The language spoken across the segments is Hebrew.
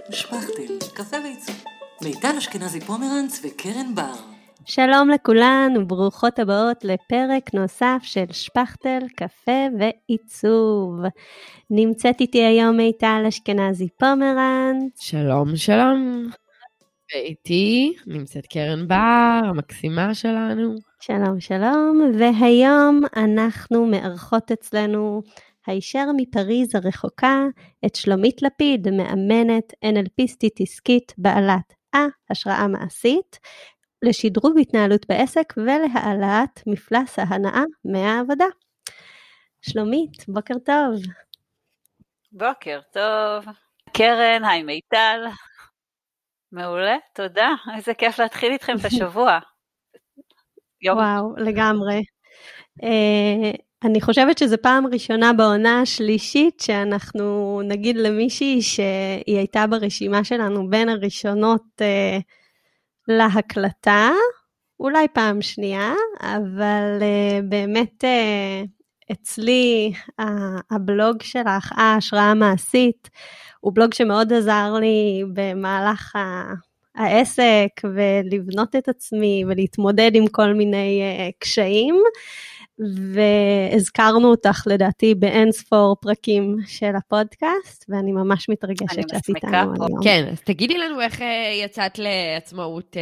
שפכטל, קפה ועיצוב. מיטל אשכנזי פומרנץ וקרן בר. שלום לכולן וברוכות הבאות לפרק נוסף של שפכטל, קפה ועיצוב. נמצאת איתי היום מיטל אשכנזי פומרנץ. שלום, שלום. ואיתי נמצאת קרן בר, המקסימה שלנו. שלום, שלום. והיום אנחנו מארחות אצלנו הישר מפריז הרחוקה את שלומית לפיד, מאמנת NLPיסטית עסקית בעלת השראה מעשית, לשדרוג התנהלות בעסק ולהעלאת מפלס ההנאה מהעבודה. שלומית, בוקר טוב. בוקר טוב. קרן, היי מיטל. מעולה, תודה. איזה כיף להתחיל איתכם את השבוע. וואו, לגמרי. אני חושבת שזו פעם ראשונה בעונה השלישית שאנחנו נגיד למישהי שהיא הייתה ברשימה שלנו בין הראשונות להקלטה, אולי פעם שנייה, אבל באמת אצלי הבלוג שלך, השראה מעשית, הוא בלוג שמאוד עזר לי במהלך העסק ולבנות את עצמי ולהתמודד עם כל מיני קשיים, והזכרנו אותך לדעתי באין ספור פרקים של הפודקאסט, ואני ממש מתרגשת שאת איתנו היום. כן, אז תגידי לנו איך יצאת לעצמאות,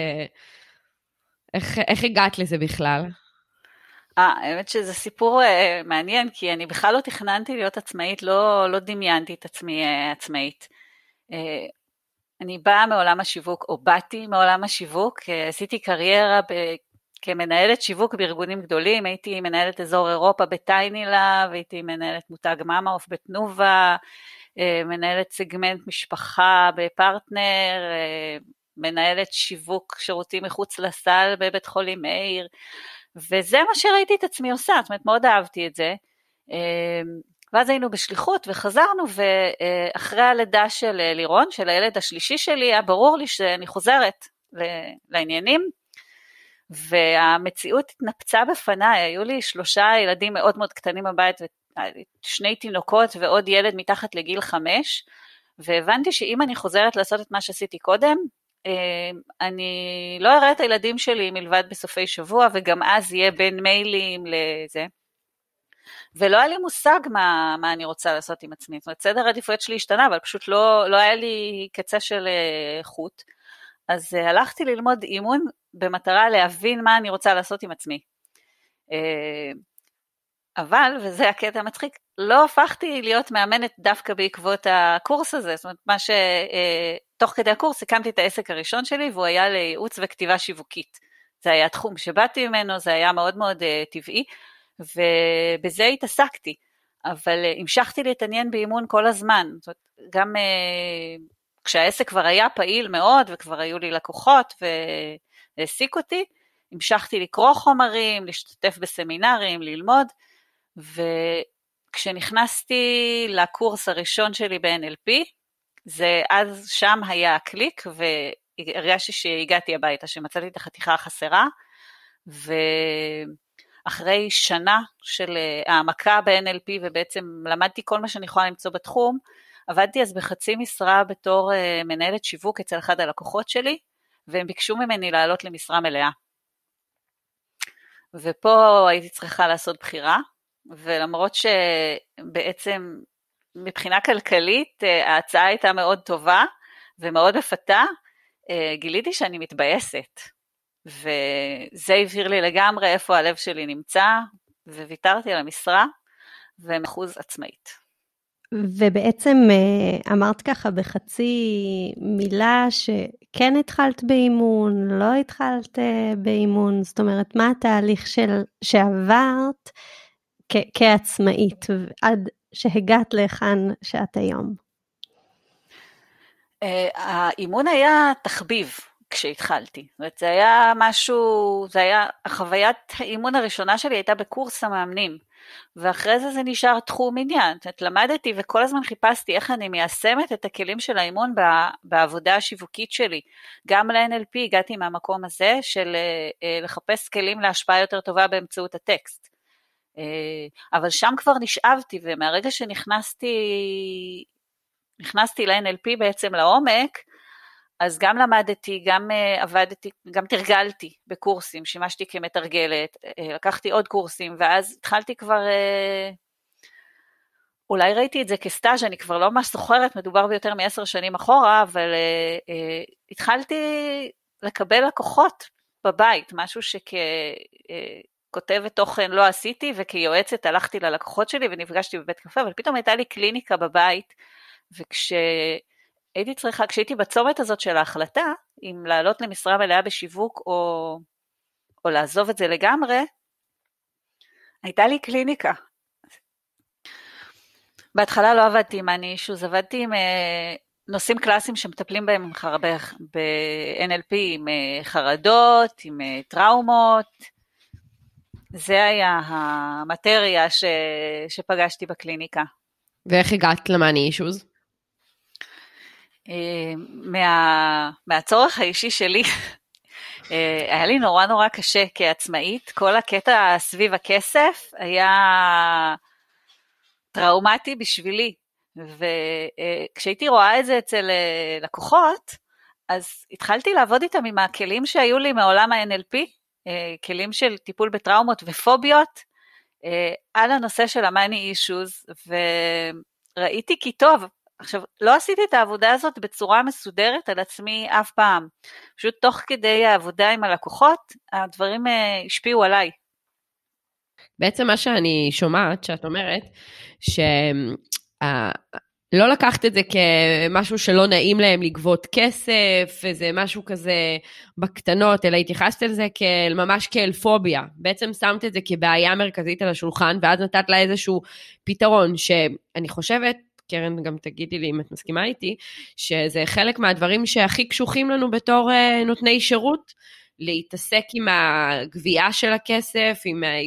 איך הגעת לזה בכלל? האמת שזה סיפור מעניין, כי אני בכלל לא תכננתי להיות עצמאית, לא דמיינתי את עצמי עצמאית. אני באה מעולם השיווק, או באתי מעולם השיווק, עשיתי קריירה כמנהלת שיווק בארגונים גדולים, הייתי מנהלת אזור אירופה בטיינילה, והייתי מנהלת מותג מאמאוף בתנובה, מנהלת סגמנט משפחה בפרטנר, מנהלת שיווק שירותים מחוץ לסל בבית חולים מאיר, וזה מה שראיתי את עצמי עושה, זאת אומרת מאוד אהבתי את זה, ואז היינו בשליחות וחזרנו, ואחרי הלידה של לירון, של הילד השלישי שלי, היה ברור לי שאני חוזרת לעניינים, והמציאות התנפצה בפניי, היו לי 3 ילדים מאוד מאוד קטנים בבית, 2 תינוקות ועוד ילד מתחת לגיל 5, והבנתי שאם אני חוזרת לעשות את מה שעשיתי קודם, אני לא אראה את הילדים שלי מלבד בסופי שבוע, וגם אז יהיה בין מיילים לזה, ולא היה לי מושג מה אני רוצה לעשות עם עצמי, זאת אומרת, סדר העדיפויות שלי השתנה, אבל פשוט לא היה לי קצה של חוט, אז הלכתי ללמוד אימון במטרה להבין מה אני רוצה לעשות עם עצמי. אבל, וזה הקטע המצחיק, לא הפכתי להיות מאמנת דווקא בעקבות הקורס הזה, זאת אומרת, תוך כדי הקורס הקמתי את העסק הראשון שלי, והוא היה לייעוץ וכתיבה שיווקית. זה היה תחום שבאתי ממנו, זה היה מאוד מאוד טבעי, ובזה התעסקתי. אבל המשכתי להתעניין באימון כל הזמן, זאת אומרת, גם כשהעסק כבר היה פעיל מאוד, וכבר היו לי לקוחות, והעסיק אותי, המשכתי לקרוא חומרים, להשתתף בסמינרים, ללמוד, וכשנכנסתי לקורס הראשון שלי ב-NLP, אז שם היה הקליק, והרגשתי שהגעתי הביתה, שמצאתי את החתיכה החסרה, ואחרי שנה של העמקה ב-NLP, ובעצם למדתי כל מה שאני יכולה למצוא בתחום, עבדתי אז בחצי משרה בתור מנהלת שיווק אצל אחד הלקוחות שלי, והם ביקשו ממני לעלות למשרה מלאה. ופה הייתי צריכה לעשות בחירה, ולמרות שבעצם מבחינה כלכלית ההצעה הייתה מאוד טובה ומאוד מפתה, גיליתי שאני מתבייסת, וזה הבהיר לי לגמרי איפה הלב שלי נמצא, וויתרתי על המשרה, ומחוז עצמאית. ובעצם אמרת ככה בחצי מילה שכן התחלת באימון, לא התחלת באימון, זאת אומרת מה התהליך שעברת כעצמאית עד שהגעת לכאן שאת היום? האימון היה תחביב כשהתחלתי, זאת אומרת, זה היה משהו, החוויית האימון הראשונה שלי הייתה בקורס המאמנים, ואחרי זה נשאר תחום עניין, זאת אומרת, למדתי וכל הזמן חיפשתי איך אני מיישמת את הכלים של האימון בעבודה השיווקית שלי, גם ל-NLP הגעתי מהמקום הזה של לחפש כלים להשפעה יותר טובה באמצעות הטקסט, אבל שם כבר נשאבתי, ומהרגע שנכנסתי נכנסתי ל-NLP בעצם לעומק, אז גם למדתי, גם עבדתי, גם תרגלתי בקורסים, שימשתי כמתרגלת, לקחתי עוד קורסים, ואז התחלתי כבר, אולי ראיתי את זה כסטאז', אני כבר לא ממש זוכרת, מדובר ביותר מ10 שנים אחורה, אבל התחלתי לקבל לקוחות בבית, משהו כותבת תוכן לא עשיתי, וכיועצת הלכתי ללקוחות שלי ונפגשתי בבית קפה, אבל פתאום הייתה לי קליניקה בבית, כשהייתי בצומת הזאת של ההחלטה, אם לעלות למשרה מלאה בשיווק או לעזוב את זה לגמרי, הייתה לי קליניקה. בהתחלה לא עבדתי עם אישוז, עבדתי עם נושאים קלאסיים שמטפלים בהם ב-NLP, עם חרדות, עם טראומות, זה היה המטריה שפגשתי בקליניקה. ואיך הגעת למאני אישוז? מהצורך האישי שלי, היה לי נורא נורא קשה כעצמאית, כל הקטע סביב הכסף היה טראומטי בשבילי, וכשהייתי רואה את זה אצל לקוחות, אז התחלתי לעבוד איתם עם הכלים שהיו לי מעולם ה-NLP, כלים של טיפול בטראומות ופוביות, על הנושא של המאני אישוז, וראיתי כי טוב, עכשיו לא עשיתי את העבודה הזאת בצורה מסודרת על עצמי אף פעם, פשוט תוך כדי העבודה עם הלקוחות, הדברים השפיעו עליי. בעצם מה שאני שומעת, שאת אומרת, לא לקחת את זה כמשהו שלא נעים להם לגבות כסף, וזה משהו כזה בקטנות, אלא התייחסת לזה ממש כאל פוביה. בעצם שמת את זה כבעיה מרכזית על השולחן, ואז נתת לה איזשהו פתרון, שאני חושבת, קרן גם תגידי לי אם את מסכימה איתי, שזה חלק מהדברים שהכי קשוחים לנו בתור נותני שירות, להתעסק עם הגבייה של הכסף,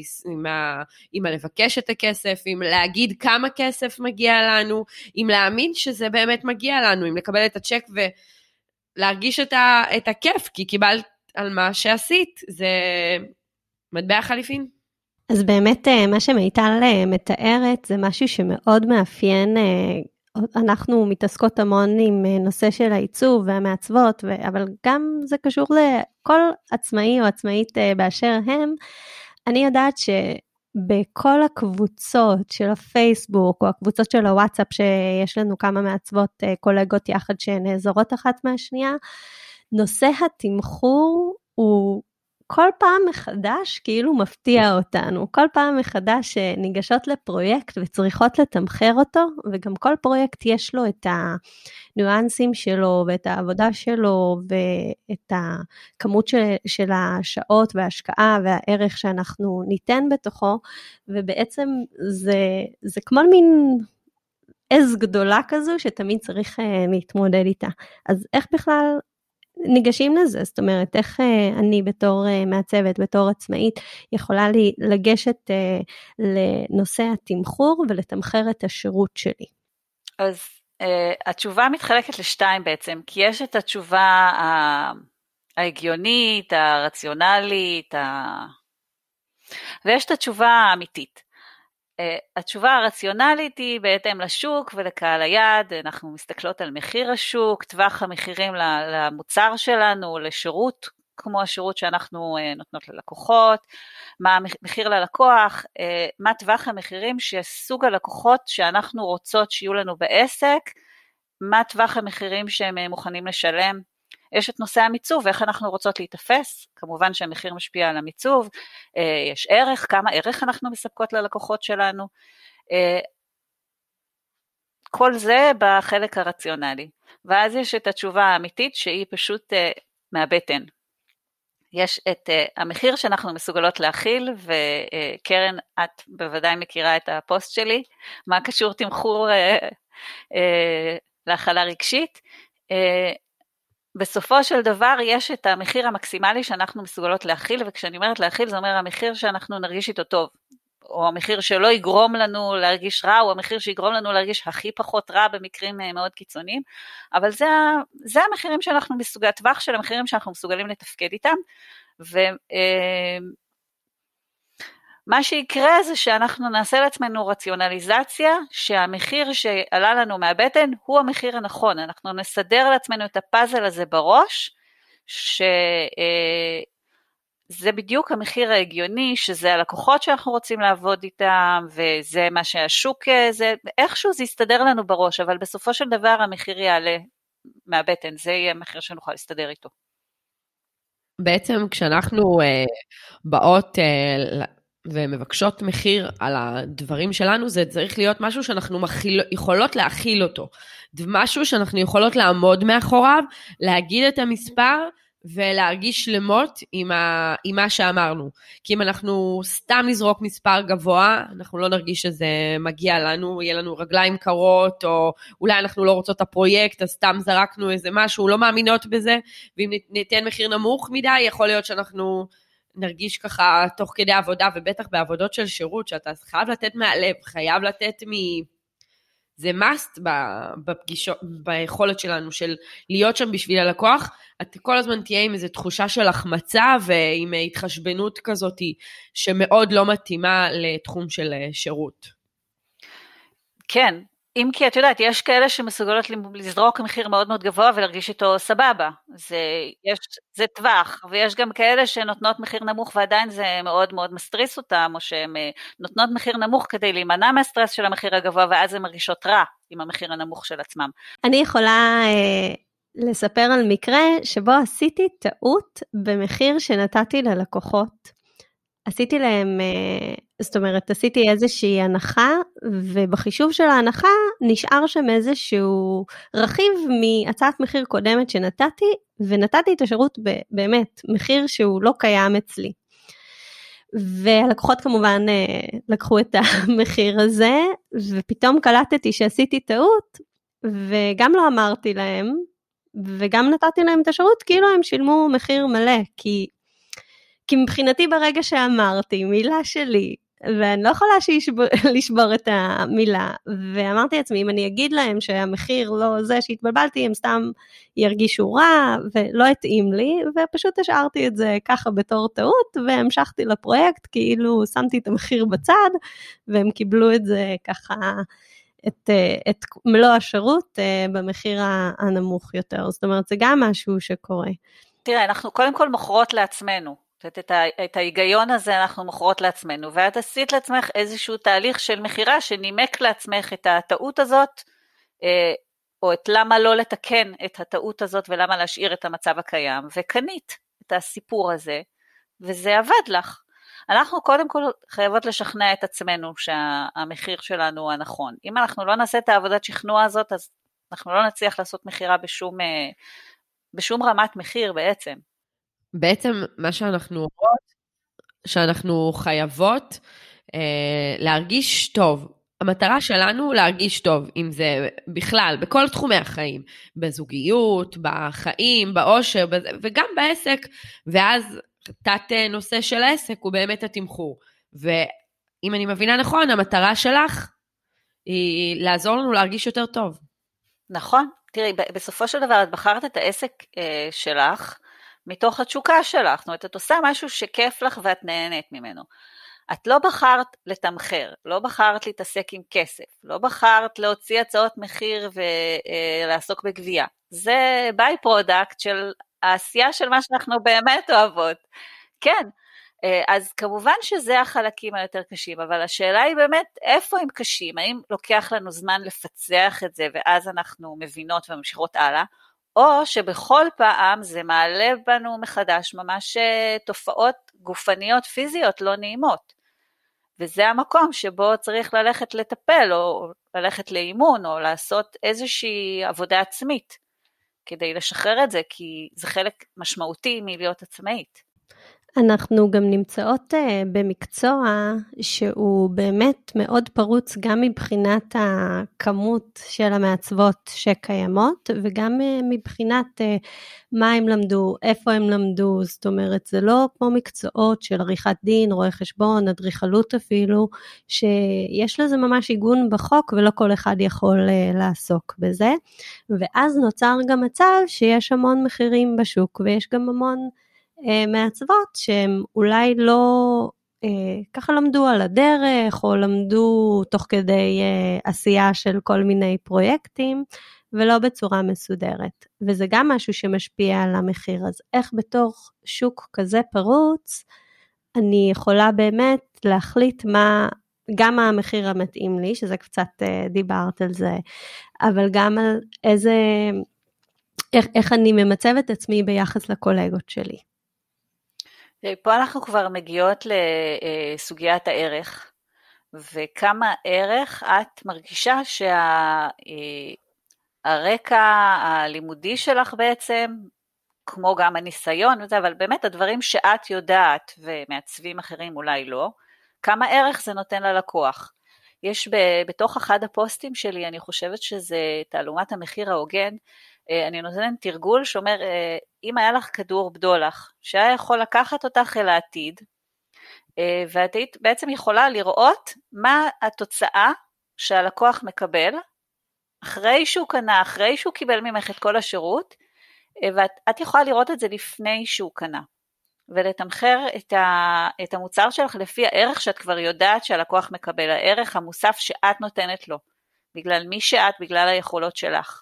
עם לבקש את הכסף, עם להגיד כמה כסף מגיע לנו, עם להאמין שזה באמת מגיע לנו, עם לקבל את הצ'ק ולהרגיש את הכיף, כי קיבלת על מה שעשית, זה מטבע חליפין. אז באמת מה שמיטל מתארת זה משהו שמאוד מאפיין, אנחנו מתעסקות המון עם נושא של העיצוב והמעצבות, אבל גם זה קשור לכל עצמאי או עצמאית באשר הם. אני יודעת שבכל הקבוצות של הפייסבוק או הקבוצות של הוואטסאפ, שיש לנו כמה מעצבות קולגות יחד שנעזרות אחת מהשנייה, נושא התמחור הוא כל פעם מחדש כאילו מפתיע אותנו, כל פעם מחדש ניגשות לפרויקט וצריכות לתמחר אותו, וגם כל פרויקט יש לו את הניואנסים שלו ואת העבודה שלו ואת הכמות של השעות וההשקעה והערך שאנחנו ניתן בתוכו, ובעצם זה כמו מין עז גדולה כזו שתמיד צריך להתמודד איתה. אז איך בכלל ניגשים לזה? זאת אומרת, איך אני בתור מעצבת, בתור עצמאית, יכולה לגשת לנושא התמחור ולתמחר את השירות שלי? אז התשובה מתחלקת לשתיים בעצם, כי יש את התשובה ההגיונית, הרציונלית, ויש את התשובה האמיתית. התשובה הרציונלית היא בהתאם לשוק ולקהל היעד, אנחנו מסתכלות על מחיר השוק, טווח המחירים למוצר שלנו, לשירות, כמו השירות שאנחנו נותנות ללקוחות, מה המחיר ללקוח, מה טווח המחירים שסוג הלקוחות שאנחנו רוצות שיהיו לנו בעסק, מה טווח המחירים שהם מוכנים לשלם. יש את נושא המיצוב, ואיך אנחנו רוצות להתאפס, כמובן שהמחיר משפיע על המיצוב, יש ערך, כמה ערך אנחנו מספקות ללקוחות שלנו, כל זה בחלק הרציונלי, ואז יש את התשובה האמיתית שהיא פשוט מהבטן, יש את המחיר שאנחנו מסוגלות להכיל, וקרן את בוודאי מכירה את הפוסט שלי, מה קשור תמחור להכלה רגשית, בסופו של דבר יש את המחיר המקסימלי שאנחנו מסוגלות להכיל, וכשאני אומרת להכיל זה אומר המחיר שאנחנו נרגיש איתו טוב, או המחיר שלא יגרום לנו להרגיש רע, או המחיר שיגרום לנו להרגיש הכי פחות רע במקרים מאוד קיצוניים, אבל זה המחירים שאנחנו מסוגלים, הטווח של המחירים שאנחנו מסוגלים לתפקד איתם, מה שיקרה זה שאנחנו נעשה לעצמנו רציונליזציה, שהמחיר שעלה לנו מהבטן הוא המחיר הנכון, אנחנו נסדר לעצמנו את הפאזל הזה בראש, זה בדיוק המחיר ההגיוני, שזה הלקוחות שאנחנו רוצים לעבוד איתם, וזה מה שהשוק, זה, איכשהו זה יסתדר לנו בראש, אבל בסופו של דבר המחיר יעלה מהבטן, זה יהיה המחיר שנוכל להסתדר איתו. בעצם כשאנחנו באות ומבקשות מחיר על הדברים שלנו, זה צריך להיות משהו שאנחנו יכולות להכיל אותו, משהו שאנחנו יכולות לעמוד מאחוריו, להגיד את המספר, ולהרגיש שלמות עם מה שאמרנו. כי אם אנחנו סתם נזרוק מספר גבוה, אנחנו לא נרגיש שזה מגיע לנו, יהיה לנו רגליים קרות, או אולי אנחנו לא רוצות את הפרויקט, אז סתם זרקנו איזה משהו, לא מאמינות בזה, ואם ניתן מחיר נמוך מדי, יכול להיות שאנחנו נרגיש ככה תוך כדי עבודה, ובטח בעבודות של שירות, שאתה חייב לתת מהלב, חייב לתת זה must בפגישות, ביכולת שלנו של להיות שם בשביל הלקוח, את כל הזמן תהיה עם איזו תחושה של החמצה, ועם התחשבנות כזאת, שמאוד לא מתאימה לתחום של שירות. כן, אם כי את יודעת, יש כאלה שמסוגלות לזרוק מחיר מאוד מאוד גבוה, ולהרגיש איתו סבבה, זה טווח, ויש גם כאלה שנותנות מחיר נמוך, ועדיין זה מאוד מאוד מסטריס אותם, או שהן נותנות מחיר נמוך, כדי להימנע מהסטרס של המחיר הגבוה, ואז הן מרגישות רע עם המחיר הנמוך של עצמם. אני יכולה לספר על מקרה, שבו עשיתי טעות, במחיר שנתתי ללקוחות, עשיתי להם, זאת אומרת, עשיתי איזושהי הנחה, ובחישוב של ההנחה נשאר שם איזשהו רכיב מהצעת מחיר קודמת שנתתי, ונתתי את השירות באמת, מחיר שהוא לא קיים אצלי. והלקוחות כמובן לקחו את המחיר הזה, ופתאום קלטתי שעשיתי טעות, וגם לא אמרתי להם, וגם נתתי להם את השירות, כאילו הם שילמו מחיר מלא, כי מבחינתי ברגע שאמרתי מילה שלי, ואני לא יכולה לשבור את המילה, ואמרתי לעצמי, אם אני אגיד להם שהמחיר לא זה שהתבלבלתי, הם סתם ירגישו רע, ולא התאים לי, ופשוט השארתי את זה ככה בתור טעות, והמשכתי לפרויקט, כאילו שמתי את המחיר בצד, והם קיבלו את זה ככה, את מלוא השירות במחיר הנמוך יותר. זאת אומרת, זה גם משהו שקורה. תראה, אנחנו קודם כל מוכרות לעצמנו, את ההיגיון הזה אנחנו מוכרות לעצמנו, ואת עשית לעצמך איזשהו תהליך של מחירה, שנימק לעצמך את הטעות הזאת, או את למה לא לתקן את הטעות הזאת, ולמה להשאיר את המצב הקיים, וקנית את הסיפור הזה, וזה עבד לך. אנחנו קודם כל חייבות לשכנע את עצמנו, שהמחיר שלנו הוא הנכון. אם אנחנו לא נעשה את העבודת שכנוע הזאת, אז אנחנו לא נצליח לעשות מחירה בשום רמת מחיר בעצם. בעצם מה שאנחנו אומרות, שאנחנו חייבות להרגיש טוב. המטרה שלנו להרגיש טוב, אם זה בכלל, בכל תחומי החיים, בזוגיות, בחיים, באושר, וגם בעסק, ואז תת נושא של העסק הוא באמת התמחור. ואם אני מבינה נכון, המטרה שלך היא לעזור לנו להרגיש יותר טוב. נכון, תראי, בסופו של דבר את בחרת את העסק שלך, מתוך התשוקה שלך, זאת אומרת, את עושה משהו שכיף לך ואת נהנית ממנו. את לא בחרת לתמחר, לא בחרת להתעסק עם כסף, לא בחרת להוציא הצעות מחיר ולעסוק בגבייה. זה ביי פרודקט של העשייה של מה שאנחנו באמת אוהבות. כן, אז כמובן שזה החלקים היותר קשים, אבל השאלה היא באמת איפה הם קשים, האם לוקח לנו זמן לפצח את זה ואז אנחנו מבינות וממשיכות הלאה, או שבכל פעם זה מעלה בנו מחדש ממש תופעות גופניות פיזיות לא נעימות. וזה המקום שבו צריך ללכת לטפל, או ללכת לאימון, או לעשות איזושהי עבודה עצמית, כדי לשחרר את זה, כי זה חלק משמעותי מלהיות עצמאית. אנחנו גם נמצאות במקצוע שהוא באמת מאוד פרוץ גם מבחינת הכמות של המעצבות שקיימות, וגם מבחינת מה הם למדו, איפה הם למדו, זאת אומרת זה לא כמו מקצועות של עריכת דין, רואה חשבון, אדריכלות אפילו, שיש לזה ממש עיגון בחוק ולא כל אחד יכול לעסוק בזה, ואז נוצר גם מצב שיש המון מחירים בשוק ויש גם המון מעצבות שהן אולי ככה למדו על הדרך, או למדו תוך כדי עשייה של כל מיני פרויקטים, ולא בצורה מסודרת. וזה גם משהו שמשפיע על המחיר. אז איך בתוך שוק כזה פרוץ, אני יכולה באמת להחליט גם המחיר המתאים לי, שזה קצת דיברת על זה, אבל גם על איך אני ממצבת את עצמי ביחס לקולגות שלי. פה אנחנו כבר מגיעות לסוגיית הערך, וכמה ערך את מרגישה שהרקע הלימודי שלך בעצם, כמו גם הניסיון, אבל באמת הדברים שאת יודעת ומעצבים אחרים אולי לא, כמה ערך זה נותן ללקוח. יש בתוך אחד הפוסטים שלי, אני חושבת שזה תעלומת המחיר ההוגן, אני נותנת תרגול שאומר, אם היה לך כדור בדולח, שהיה יכול לקחת אותך אל העתיד, ואת היית בעצם יכולה לראות מה התוצאה שהלקוח מקבל, אחרי שהוא קנה, אחרי שהוא קיבל ממך את כל השירות, ואת יכולה לראות את זה לפני שהוא קנה, ולתמחר את המוצר שלך לפי הערך שאת כבר יודעת שהלקוח מקבל, הערך המוסף שאת נותנת לו, בגלל מי שאת, בגלל היכולות שלך.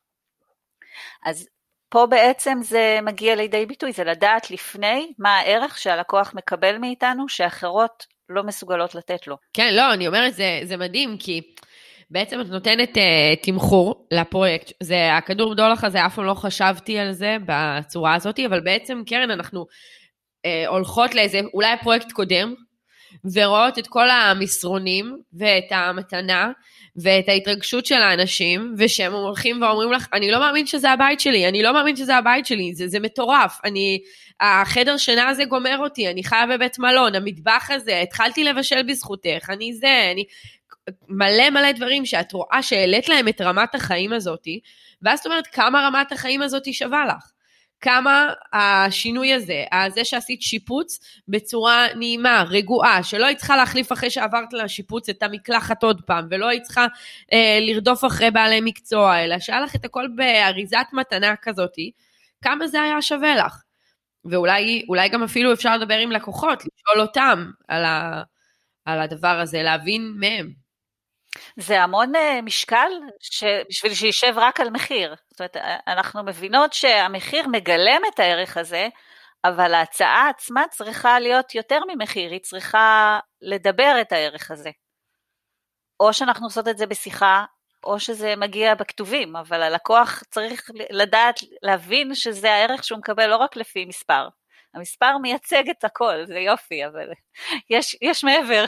אז פה בעצם זה מגיע לידי ביטוי, זה לדעת לפני מה הערך שהלקוח מקבל מאיתנו, שאחרות לא מסוגלות לתת לו. כן, לא, אני אומרת, זה מדהים, כי בעצם את נותנת תמחור לפרויקט, זה הכדור בדולח הזה, אף פעם לא חשבתי על זה בצורה הזאת, אבל בעצם, קרן, אנחנו הולכות לאיזה, אולי פרויקט קודם, ורואות את כל המסרונים, ואת המתנה, ואת ההתרגשות של האנשים, ושהם הולכים ואומרים לך, אני לא מאמין שזה הבית שלי, אני לא מאמין שזה הבית שלי, זה מטורף, החדר שינה הזה גומר אותי, אני חיה בבית מלון, המטבח הזה, התחלתי לבשל בזכותך, אני מלא דברים שאת רואה שהעלית להם את רמת החיים הזאת, ואז זאת אומרת, כמה רמת החיים הזאת שווה לך? כמה השינוי הזה, זה שעשית שיפוץ בצורה נעימה, רגועה, שלא היא צריכה להחליף אחרי שעברת לשיפוץ את המקלחת עוד פעם, ולא היא צריכה לרדוף אחרי בעלי מקצוע, אלא שהיה לך את הכל באריזת מתנה כזאת, כמה זה היה שווה לך? ואולי גם אפילו אפשר לדבר עם לקוחות, לשאול אותם על הדבר הזה, להבין מהם. זה המון משקל בשביל שישב רק על מחיר. זאת אומרת, אנחנו מבינות שהמחיר מגלם את הערך הזה, אבל ההצעה עצמה צריכה להיות יותר ממחיר, היא צריכה לדבר את הערך הזה. או שאנחנו עושות את זה בשיחה, או שזה מגיע בכתובים, אבל הלקוח צריך לדעת, להבין שזה הערך שהוא מקבל לא רק לפי מספר. המספר מייצג את הכל, זה יופי, אבל יש מעבר.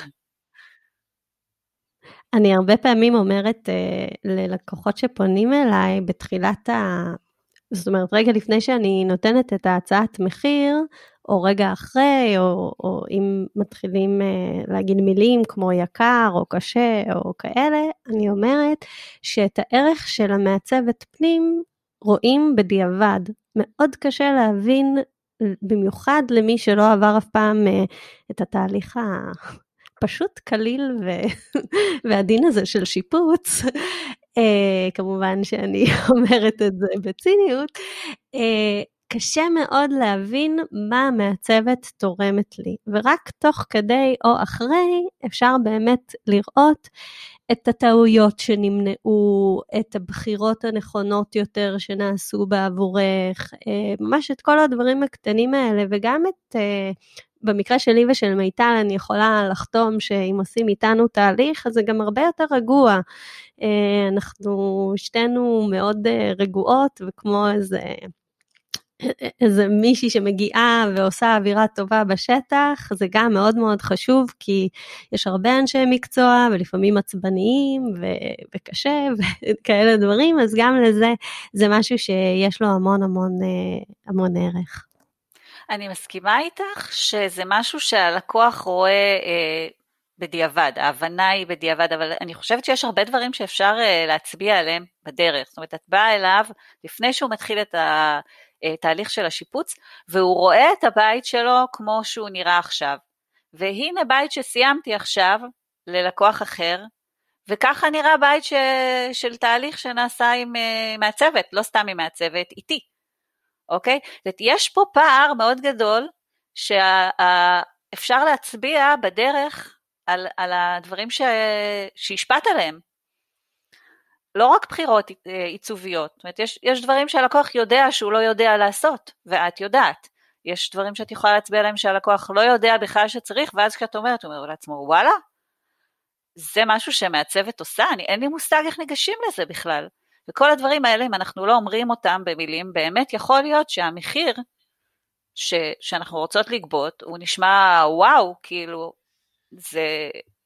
אני הרבה פעמים אומרת ללקוחות שפונים אליי בתחילת זאת אומרת, רגע לפני שאני נותנת את ההצעת מחיר, או רגע אחרי, או אם מתחילים להגיד מילים כמו יקר, או קשה, או כאלה, אני אומרת שאת הערך של המעצבת פנים רואים בדיעבד. מאוד קשה להבין, במיוחד למי שלא עבר אף פעם את התהליך פשוט קליל והדין הזה של שיפוץ, כמובן שאני אומרת את זה בציניות, קשה מאוד להבין מה המעצבת תורמת לי, ורק תוך כדי או אחרי אפשר באמת לראות את הטעויות שנמנעו, את הבחירות הנכונות יותר שנעשו בעבורך, ממש את כל הדברים הקטנים האלה, וגם את במקרה שלי ושל מיטל אני יכולה לחתום שאם עושים איתנו תהליך, אז זה גם הרבה יותר רגוע. אנחנו שתינו מאוד רגועות, וכמו איזה מישהי שמגיעה ועושה אווירה טובה בשטח, זה גם מאוד מאוד חשוב, כי יש הרבה אנשי מקצוע, ולפעמים עצבניים, וקשה, וכאלה דברים, אז גם לזה, זה משהו שיש לו המון ערך. אני מסכימה איתך שזה משהו שהלקוח רואה בדיעבד, ההבנה היא בדיעבד, אבל אני חושבת שיש הרבה דברים שאפשר להצביע עליהם בדרך, זאת אומרת, את באה אליו לפני שהוא מתחיל את התהליך של השיפוץ, והוא רואה את הבית שלו כמו שהוא נראה עכשיו, והנה בית שסיימתי עכשיו ללקוח אחר, וככה נראה בית של תהליך שנעשה עם מעצבת, לא סתם עם מעצבת, איתי. אוקיי? זאת אומרת, יש פה פער מאוד גדול אפשר להצביע בדרך על הדברים שהשפעת עליהם. לא רק בחירות עיצוביות, זאת אומרת, יש דברים שהלקוח יודע שהוא לא יודע לעשות, ואת יודעת. יש דברים שאת יכולה להצביע עליהם שהלקוח לא יודע בכלל שצריך, ואז כשאת אומרת, הוא אומר לעצמו, וואלה, זה משהו שמעצבת עושה, אין לי מושג איך ניגשים לזה בכלל. וכל הדברים האלה, אם אנחנו לא אומרים אותם במילים, באמת יכול להיות שהמחיר שאנחנו רוצות לגבות, הוא נשמע וואו, כאילו, זה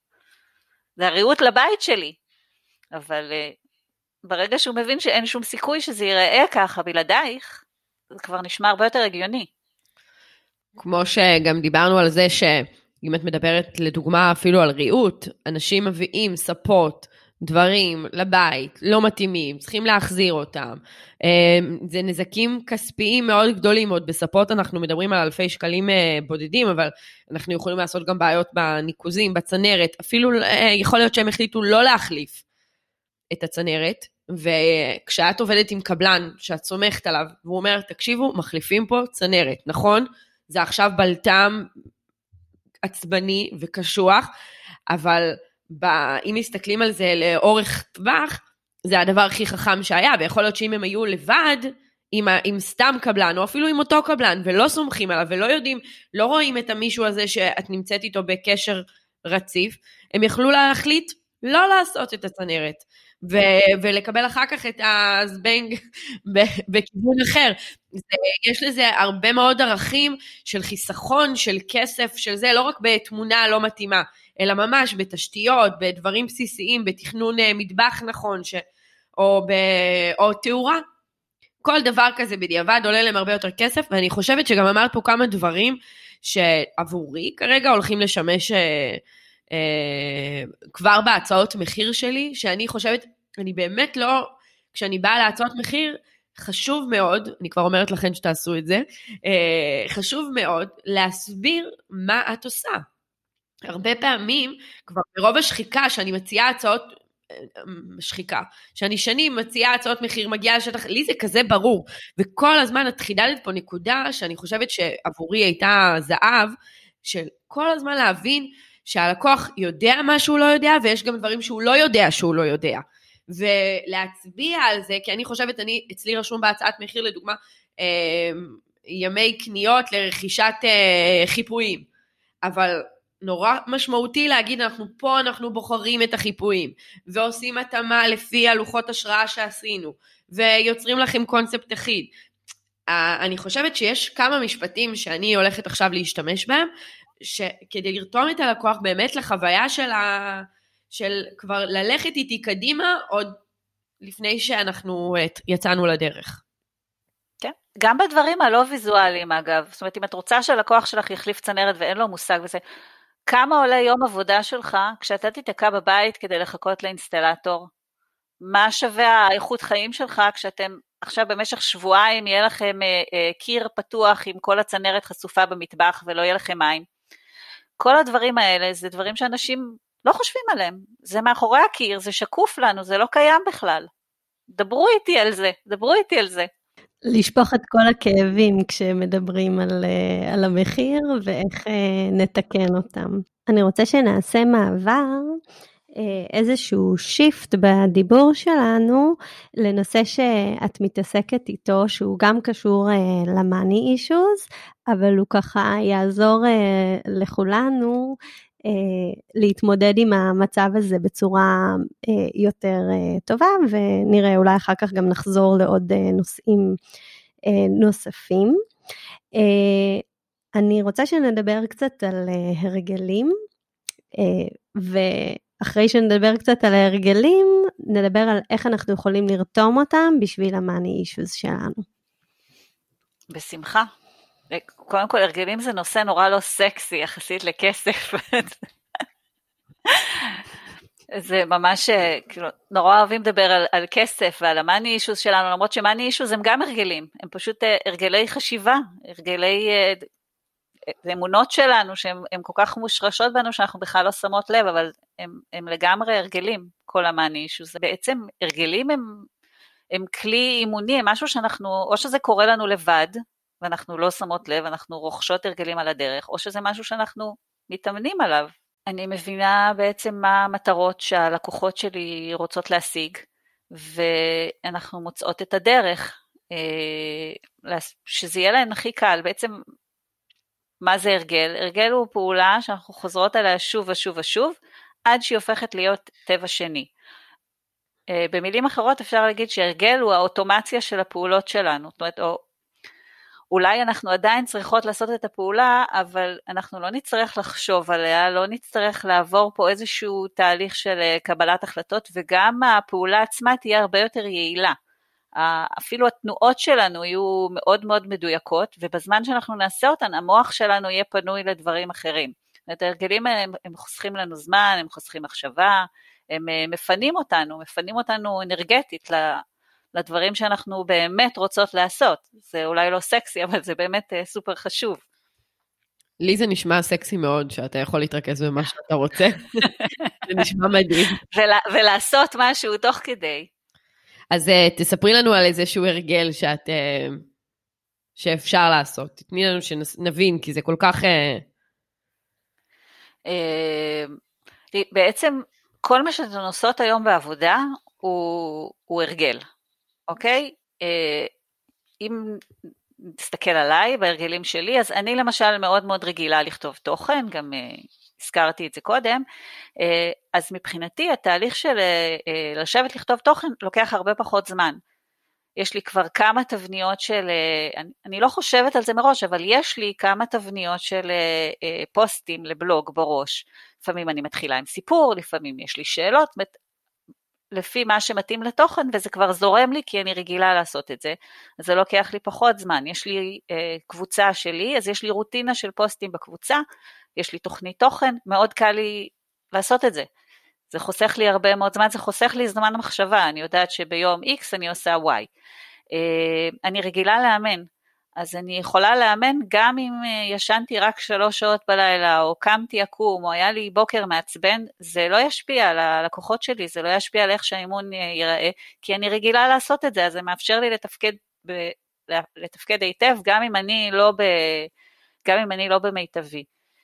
הריהוט לבית שלי. אבל ברגע שהוא מבין שאין שום סיכוי שזה ייראה ככה בלעדייך, זה כבר נשמע הרבה יותר הגיוני. כמו שגם דיברנו על זה שאם את מדברת לדוגמה אפילו על ריהוט, אנשים מביאים ספות, דברים לבית, לא מתאימים, צריכים להחזיר אותם. זה נזקים כספיים מאוד גדולים, עוד בספות אנחנו מדברים על אלפי שקלים בודדים, אבל אנחנו יכולים לעשות גם בעיות בניקוזים, בצנרת, אפילו יכול להיות שהם החליטו לא להחליף את הצנרת, וכשאת עובדת עם קבלן שאת סומכת עליו, והוא אומר, תקשיבו, מחליפים פה צנרת, נכון? זה עכשיו בלטם עצבני וקשוח, אבל אם מסתכלים על זה לאורך טווח, זה הדבר הכי חכם שהיה, ויכול להיות שאם הם היו לבד, עם סתם קבלן, או אפילו עם אותו קבלן, ולא סומכים עליו, ולא יודעים, לא רואים את המישהו הזה שאת נמצאת איתו בקשר רציף, הם יכלו להחליט לא לעשות את הצנרת, ולקבל אחר כך את הזבנג בכיוון אחר. יש לזה הרבה מאוד ערכים של חיסכון, של כסף, של זה, לא רק בתמונה לא מתאימה, אלא ממש בתשתיות, בדברים בסיסיים, בתכנון מטבח נכון, או תאורה. כל דבר כזה בדיעבד עולה להם הרבה יותר כסף, ואני חושבת שגם אמרת פה כמה דברים שעבורי כרגע הולכים לשמש כבר בהצעות מחיר שלי, שאני חושבת, אני באמת לא, כשאני באה להצעות מחיר, חשוב מאוד, אני כבר אומרת לכם שתעשו את זה, חשוב מאוד להסביר מה את עושה. הרבה פעמים, כבר ברוב השחיקה, שאני מציעה הצעות, שחיקה, שאני שנים מציעה הצעות מחיר, מגיעה לשטח, לי זה כזה ברור, וכל הזמן את חידדת פה נקודה, שאני חושבת שעבורי הייתה זהב, של כל הזמן להבין, שהלקוח יודע מה שהוא לא יודע, ויש גם דברים שהוא לא יודע שהוא לא יודע. ולהצביע על זה, כי אני חושבת, אצלי רשום בהצעת מחיר, לדוגמה, ימי קניות לרכישת חיפויים. אבל נורא משמעותי להגיד, אנחנו בוחרים את החיפויים, ועושים התאמה לפי הלוחות השראה שעשינו, ויוצרים לכם קונספט אחיד. אני חושבת שיש כמה משפטים שאני הולכת עכשיו להשתמש בהם, שכדי לרתום את הלקוח באמת לחוויה של כבר ללכת איתי קדימה, עוד לפני שאנחנו יצאנו לדרך. כן, גם בדברים הלא ויזואליים אגב, זאת אומרת אם את רוצה שהלקוח שלך יחליף צנרת ואין לו מושג וזה, כמה עולה יום עבודה שלך כשאתה תתקע בבית כדי לחכות לאינסטלטור? מה שווה האיכות חיים שלך כשאתם עכשיו במשך שבועיים יהיה לכם קיר פתוח עם כל הצנרת חשופה במטבח ולא יהיה לכם מים? כל הדברים האלה זה דברים שאנשים לא חושבים עליהם, זה מאחורי הקיר, זה שקוף לנו, זה לא קיים בכלל. דברו איתי על זה. לשפוך את כל הכאבים כשמדברים על המחיר ואיך נתקן אותם. אני רוצה שנעשה מעבר, איזשהו שיפט בדיבור שלנו, לנושא שאת מתעסקת איתו, שהוא גם קשור למאני אישוז, אבל הוא ככה יעזור לכולנו, להתמודד עם המצב הזה בצורה יותר טובה, ונראה אולי אחר כך גם נחזור לעוד נושאים נוספים. אני רוצה שנדבר קצת על הרגלים, ואחרי שנדבר קצת על ההרגלים, נדבר על איך אנחנו יכולים לרתום אותם בשביל המאני אישוז שלנו. בשמחה. קודם כל, הרגלים זה נושא נורא לא סקסי, יחסית לכסף. זה ממש, כאילו, נורא אוהבים לדבר על כסף ועל המאני אישוז שלנו, למרות שמאני אישוז הם גם הרגלים, הם פשוט הרגלי חשיבה, הרגלי אמונות שלנו, שהן כל כך מושרשות בנו, שאנחנו בכלל לא שמות לב, אבל הם לגמרי הרגלים, כל המאני אישוז. בעצם הרגלים הם כלי אימוני, הם משהו שאנחנו, או שזה קורה לנו לבד, ואנחנו לא שמות לב, אנחנו רוכשות הרגלים על הדרך, או שזה משהו שאנחנו מתאמנים עליו. אני מבינה בעצם מה המטרות שהלקוחות שלי רוצות להשיג, ואנחנו מוצאות את הדרך, שזה יהיה להן הכי קל. בעצם מה זה הרגל? הרגל הוא פעולה שאנחנו חוזרות עליה שוב ושוב ושוב, עד שהיא הופכת להיות טבע שני. במילים אחרות אפשר להגיד שהרגל הוא האוטומציה של הפעולות שלנו, זאת אומרת, אולי אנחנו עדיין צריכות לעשות את הפעולה, אבל אנחנו לא נצטרך לחשוב עליה, לא נצטרך לעבור פה איזשהו תהליך של קבלת החלטות, וגם הפעולה עצמה תהיה הרבה יותר יעילה. אפילו התנועות שלנו יהיו מאוד מאוד מדויקות, ובזמן שאנחנו נעשה אותן, המוח שלנו יהיה פנוי לדברים אחרים. זאת אומרת, ההרגלים הם חוסכים לנו זמן, הם חוסכים מחשבה, הם מפנים אותנו אנרגטית לדברים שאנחנו באמת רוצות לעשות. זה אולי לא סקסי, אבל זה באמת סופר חשוב. לי זה נשמע סקסי מאוד, שאתה יכול להתרכז במה שאתה רוצה. זה נשמע מדהים. ולעשות משהו תוך כדי. אז תספרי לנו על איזשהו הרגל שאפשר לעשות. תתני לנו שנבין, כי זה כל כך... בעצם כל מה שאתן עושות היום בעבודה הוא הרגל, אוקיי? אם נסתכל עליי בהרגלים שלי, אז אני למשל מאוד מאוד רגילה לכתוב תוכן, גם הזכרתי את זה קודם, אז מבחינתי התהליך של לשבת לכתוב תוכן לוקח הרבה פחות זמן. יש לי כבר כמה תבניות של, אני לא חושבת על זה מראש, אבל יש לי כמה תבניות של פוסטים לבלוג בראש. לפעמים אני מתחילה עם סיפור, לפעמים יש לי שאלות, לפי מה שמתאים לתוכן, וזה כבר זורם לי, כי אני רגילה לעשות את זה. אז זה לוקח לי פחות זמן. יש לי קבוצה שלי, אז יש לי רוטינה של פוסטים בקבוצה, יש לי תוכנית תוכן, מאוד קל לי לעשות את זה. זה חוסך לי הרבה מאוד זמן, זה חוסך לי זמן המחשבה, אני יודעת שביום X אני עושה Y. אני רגילה לאמן, אז אני יכולה לאמן גם אם ישנתי רק 3 שעות בלילה, או קמתי עקום, או היה לי בוקר מעצבן, זה לא ישפיע על הלקוחות שלי, זה לא ישפיע על איך שהאימון ייראה, כי אני רגילה לעשות את זה, אז זה מאפשר לי לתפקד היטב, גם אם אני לא במיטבי.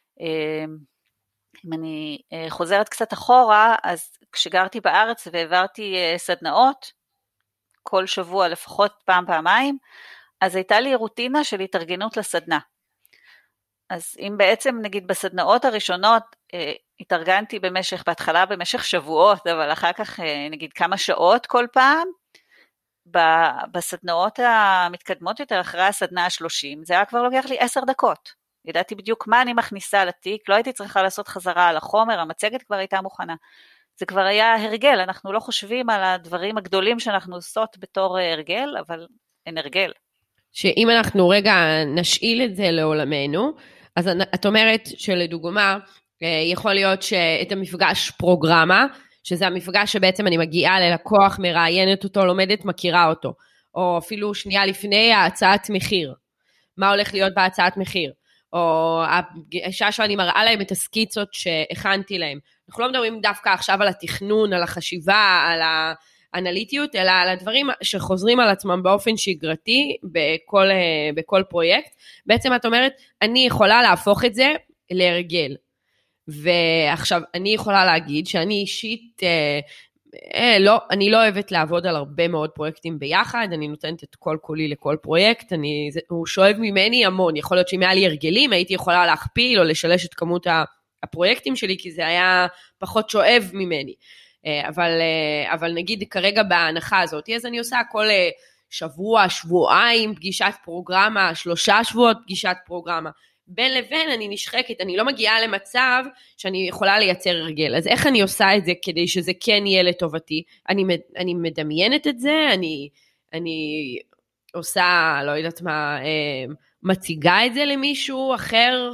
אם אני חוזרת קצת אחורה, אז כשגרתי בארץ והעברתי סדנאות, כל שבוע לפחות פעמיים, אז הייתה לי רוטינה של התארגנות לסדנה. אז אם בעצם נגיד בסדנאות הראשונות, התארגנתי בהתחלה במשך שבועות, אבל אחר כך נגיד כמה שעות כל פעם, בסדנאות המתקדמות יותר אחרי הסדנה ה-30, זה היה כבר לוקח לי 10 דקות. ידעתי בדיוק מה אני מכניסה לתיק, לא הייתי צריכה לעשות חזרה על החומר, המצגת כבר הייתה מוכנה. זה כבר היה הרגל, אנחנו לא חושבים על הדברים הגדולים שאנחנו עושות בתור הרגל, אבל אין הרגל. שאם אנחנו רגע נשאיל את זה לעולמנו, אז את אומרת שלדוגמה, יכול להיות שאת המפגש פרוגרמה, שזה המפגש שבעצם אני מגיעה ללקוח, מראיינת אותו, לומדת, מכירה אותו, או אפילו שנייה לפני ההצעת מחיר. מה הולך להיות בהצעת מחיר? או השעה שאני מראה להם את הסקיצות שהכנתי להם. אנחנו לא מדברים דווקא עכשיו על התכנון, על החשיבה, על האנליטיות, אלא על הדברים שחוזרים על עצמם באופן שגרתי בכל פרויקט. בעצם את אומרת, אני יכולה להפוך את זה להרגל. ועכשיו, אני יכולה להגיד שאני אישית, אני לא אוהבת לעבוד על הרבה מאוד פרויקטים ביחד, אני נותנת את כל כולי לכל פרויקט, הוא שואב ממני המון, יכול להיות שאם היה לי הרגלים, הייתי יכולה להכפיל או לשלש את כמות הפרויקטים שלי, כי זה היה פחות שואב ממני, אבל נגיד כרגע בהנחה הזאת, אז אני עושה כל שבוע, שבועיים פגישת פרוגרמה, 3 שבועות פגישת פרוגרמה, בין לבין אני נשחקת, אני לא מגיעה למצב שאני יכולה לייצר הרגל, אז איך אני עושה את זה כדי שזה כן יהיה לטובתי? אני מדמיינת את זה, אני עושה, לא יודעת מה, מציגה את זה למישהו אחר?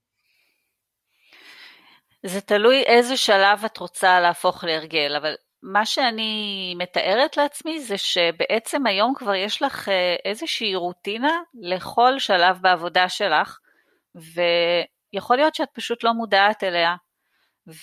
זה תלוי איזה שלב את רוצה להפוך להרגל, אבל מה שאני מתארת לעצמי זה שבעצם היום כבר יש לך איזושהי רוטינה לכל שלב בעבודה שלך, ויכול להיות שאת פשוט לא מודעת אליה,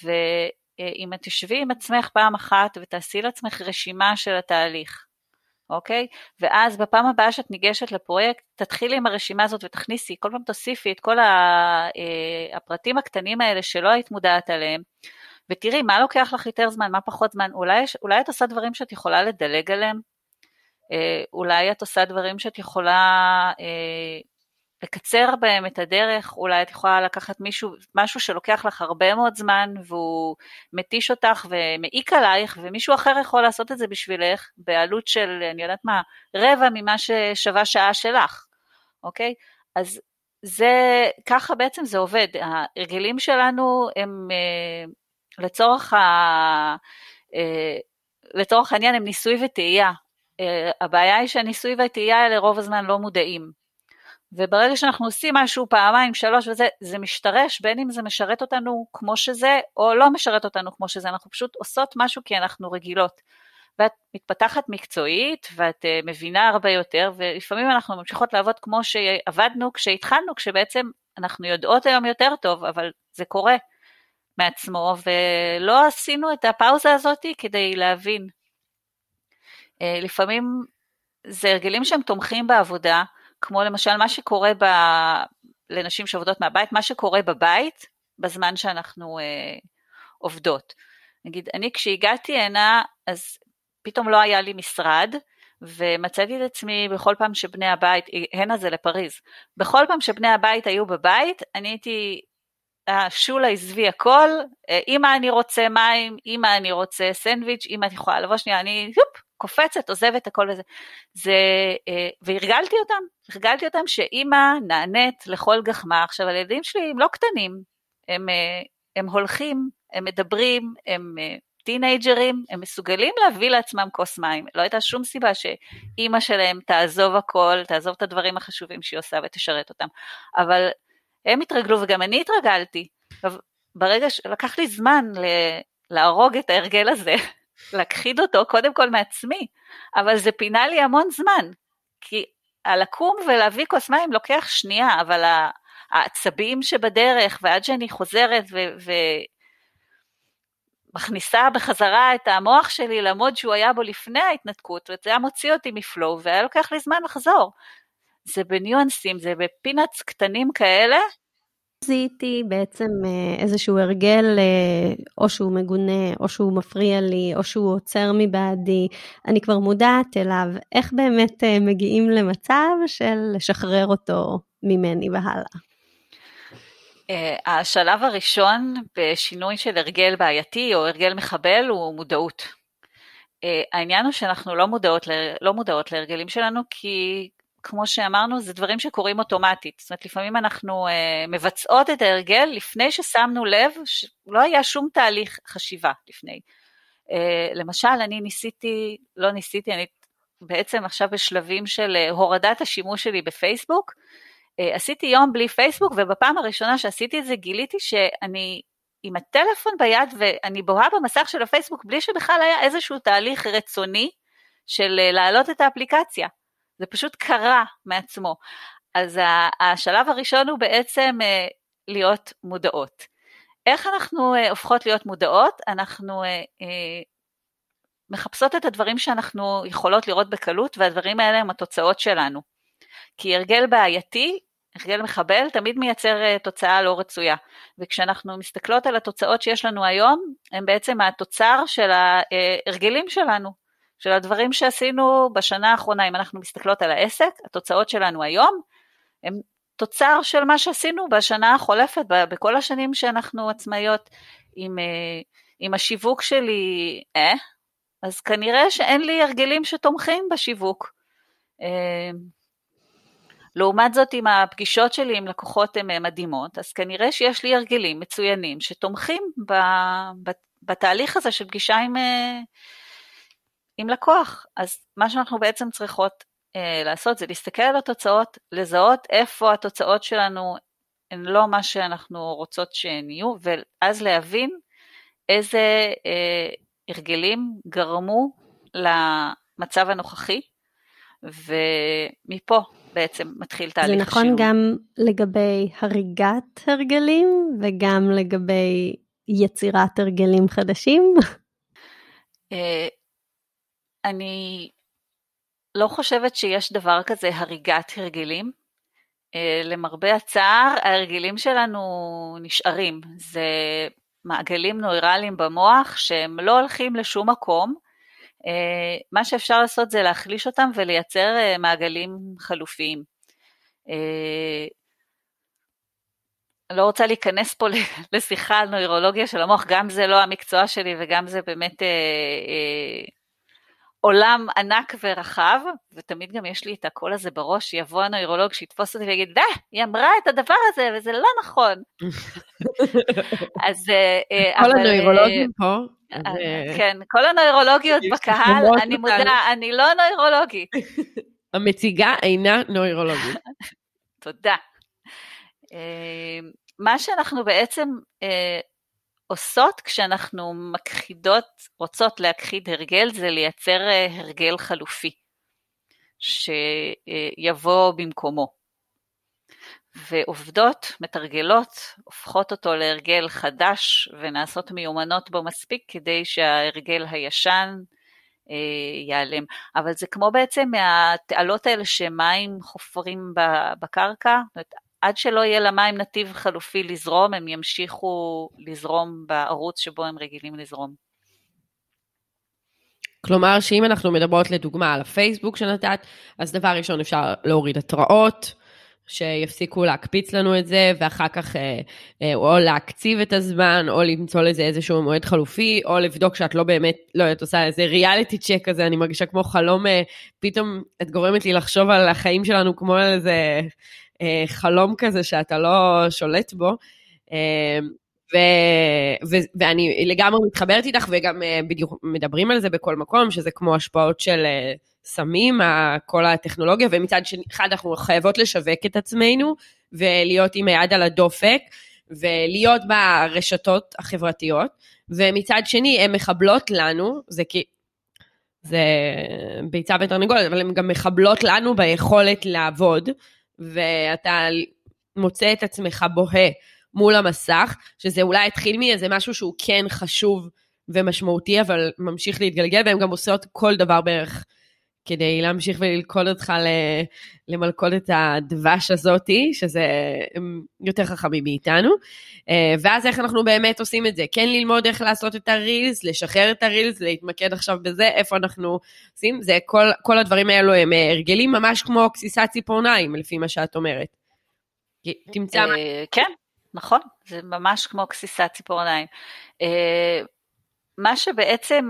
ואם את תשבי עם עצמך פעם אחת ותעשי לעצמך רשימה של התהליך, אוקיי? ואז בפעם הבאה שאת ניגשת לפרויקט, תתחילי עם הרשימה הזאת ותכניסי, כל פעם תוסיפי את כל הפרטים הקטנים האלה שלא היית מודעת עליהם, ותראי מה לוקח לך יותר זמן, מה פחות זמן, אולי את עושה דברים שאת יכולה לדלג עליהם, אולי את עושה דברים שאת יכולה לקצר בהם את הדרך, אולי את יכולה לקחת משהו שלוקח לך הרבה מאוד זמן, והוא מתיש אותך ומעיק עלייך, ומישהו אחר יכול לעשות את זה בשבילך, בעלות של, אני יודעת מה, רבע ממה ששווה שעה שלך, אוקיי? אז ככה בעצם זה עובד, ההרגלים שלנו הם לצורך העניין הם ניסוי וטעייה, הבעיה היא שהניסוי והטעייה האלה רוב הזמן לא מודעים, וברגע שאנחנו עושים משהו פעמיים, 3 וזה, זה משתרש, בין אם זה משרת אותנו כמו שזה, או לא משרת אותנו כמו שזה, אנחנו פשוט עושות משהו כי אנחנו רגילות, ואת מתפתחת מקצועית, ואת מבינה הרבה יותר, ולפעמים אנחנו ממשיכות לעבוד כמו שעבדנו כשהתחלנו, כשבעצם אנחנו יודעות היום יותר טוב, אבל זה קורה מעצמו, ולא עשינו את הפאוזה הזאת כדי להבין. לפעמים זה הרגלים שהם תומכים בעבודה, כמו למשל מה שקורה לנשים שעובדות מהבית, מה שקורה בבית בזמן שאנחנו עובדות. נגיד, אני כשהגעתי הנה, אז פתאום לא היה לי משרד, ומצאתי את עצמי בכל פעם שבני הבית, הנה זה לפריז, בכל פעם שבני הבית היו בבית, אני הייתי, שולה עזבי הכל, אמא אני רוצה מים, אמא אני רוצה סנדוויץ', אמא את יכולה לבוא שנייה, אני קופצת, עוזבת הכל וזה, והרגלתי אותם שאמא נענית לכל גחמה. עכשיו הילדים שלי הם לא קטנים, הם הולכים, הם מדברים, הם טינאג'רים, הם מסוגלים להביא לעצמם כוס מים, לא הייתה שום סיבה שאמא שלהם תעזוב הכל, תעזוב את הדברים החשובים שהיא עושה ותשרת אותם, אבל הם התרגלו וגם אני התרגלתי, ברגע שלקח לי זמן להרוג את ההרגל הזה, להכחיד אותו קודם כל מעצמי, אבל זה פינה לי המון זמן, כי לקום ולהביא כוס מים לוקח שנייה, אבל העצבים שבדרך, ועד שאני חוזרת ומכניסה בחזרה את המוח שלי למוד שהוא היה בו לפני ההתנתקות, וזה היה מוציא אותי מפלואו, והיה לוקח לי זמן לחזור. זה בניואנסים, זה בפינאץ קטנים כאלה. זיהיתי בעצם איזשהו הרגל, או שהוא מגונה, או שהוא מפריע לי, או שהוא עוצר מבעדי, אני כבר מודעת אליו, איך באמת מגיעים למצב של לשחרר אותו ממני והלאה? השלב הראשון בשינוי של הרגל בעייתי, או הרגל מחבל, הוא מודעות. העניין הוא שאנחנו לא מודעות להרגלים שלנו, כי כמו שאמרנו, זה דברים שקורים אוטומטית, זאת אומרת, לפעמים אנחנו מבצעות את ההרגל לפני ששמנו לב, לא היה שום תהליך חשיבה לפני. למשל, אני אני בעצם עכשיו בשלבים של הורדת השימוש שלי בפייסבוק, עשיתי יום בלי פייסבוק, ובפעם הראשונה שעשיתי את זה, גיליתי שאני עם הטלפון ביד, ואני בוהה במסך של הפייסבוק, בלי שבכלל היה איזשהו תהליך רצוני, של להעלות את האפליקציה. זה פשוט קרה מעצמו. אז השלב הראשון הוא בעצם להיות מודעות. איך אנחנו הופכות להיות מודעות? אנחנו מחפשות את הדברים שאנחנו יכולות לראות בקלות, והדברים האלה הם התוצאות שלנו. כי הרגל בעייתי, הרגל מחבל, תמיד מייצר תוצאה לא רצויה. וכשאנחנו מסתכלות על התוצאות שיש לנו היום, הם בעצם התוצר של ההרגלים שלנו. של הדברים שעשינו בשנה האחרונה, אם אנחנו מסתכלות על העסק, התוצאות שלנו היום, הם תוצר של מה שעשינו בשנה החולפת, בכל השנים שאנחנו עצמאיות, עם השיווק שלי, אז כנראה שאין לי הרגלים שתומכים בשיווק. לעומת זאת, עם הפגישות שלי עם לקוחות הן מדהימות, אז כנראה שיש לי הרגלים מצוינים, שתומכים בתהליך הזה של פגישה עם לקוח. אז מה שאנחנו בעצם צריכות לעשות זה להסתכל על התוצאות, לזהות איפה התוצאות שלנו הן לא מה שאנחנו רוצות שהן יהיו, ואז להבין איזה הרגלים גרמו למצב הנוכחי, ומפה בעצם מתחיל תהליך השינוי. זה נכון גם לגבי הריגת הרגלים, וגם לגבי יצירת הרגלים חדשים? לא חושבת שיש דבר כזה הריגת הרגלים. למרבה הצער, ההרגלים שלנו נשארים. זה מעגלים נוירליים במוח שהם לא הולכים לשום מקום. מה שאפשר לעשות זה להחליש אותם ולייצר מעגלים חלופיים. לא רוצה להיכנס פה לשיחה על נוירולוגיה של המוח, גם זה לא המקצוע שלי וגם זה באמת עולם ענק ורחב, ותמיד גם יש לי את הקול הזה בראש, יבוא הנוירולוג שיתפוס אותי ויגיד, היא אמרה את הדבר הזה וזה לא נכון. אז כל הנוירולוגים פה. כן, כל הנוירולוגיות בקהל, אני מודה, אני לא נוירולוגית. המציגה אינה נוירולוגית. תודה. מה שאנחנו בעצם עושות כשאנחנו רוצות להכחיד הרגל, זה לייצר הרגל חלופי, שיבוא במקומו. ועובדות, מתרגלות, הופכות אותו להרגל חדש, ונעשות מיומנות בו מספיק, כדי שההרגל הישן ייעלם. אבל זה כמו בעצם מהתעלות האלה שמים חופרים בקרקע, עד שלא יהיה למים נתיב חלופי לזרום, הם ימשיכו לזרום בערוץ שבו הם רגילים לזרום. כלומר, שאם אנחנו מדברות לדוגמה על הפייסבוק שנתת, אז דבר ראשון אפשר להוריד התראות, שיפסיקו להקפיץ לנו את זה, ואחר כך או להקציב את הזמן, או למצוא לזה איזשהו מועד חלופי, או לבדוק שאת לא באמת, לא, את עושה איזה ריאליטי צ'ק כזה, אני מרגישה כמו חלום, פתאום את גורמת לי לחשוב על החיים שלנו כמו על איזה חלום כזה שאתה לא שולט בו, ואני לגמרי מתחברת איתך, וגם בדיוק מדברים על זה בכל מקום, שזה כמו השפעות של סמים, כל הטכנולוגיה, ומצד שני, אחד אנחנו חייבות לשווק את עצמנו, ולהיות עם היד על הדופק, ולהיות ברשתות החברתיות, ומצד שני, הן מחבלות לנו, זה ביצה ותרנגולת, אבל הן גם מחבלות לנו ביכולת לעבוד, ואתה מוצא את עצמך בוהה מול המסך, שזה אולי התחיל מאיזה משהו שהוא כן חשוב ומשמעותי, אבל ממשיך להתגלגל, והם גם עושות כל דבר בערך, כדי להמשיך וללכוד אותך למלכודת הדבש הזאתי, שזה יותר חכמים מאיתנו, ואז איך אנחנו באמת עושים את זה? כן ללמוד איך לעשות את הרילס, לשחרר את הרילס, להתמקד עכשיו בזה, איפה אנחנו עושים, זה כל הדברים האלו הם הרגלים ממש כמו כסיסת ציפורניים, לפי מה שאת אומרת. תמצא מה? כן, נכון, זה ממש כמו כסיסת ציפורניים. מה שבעצם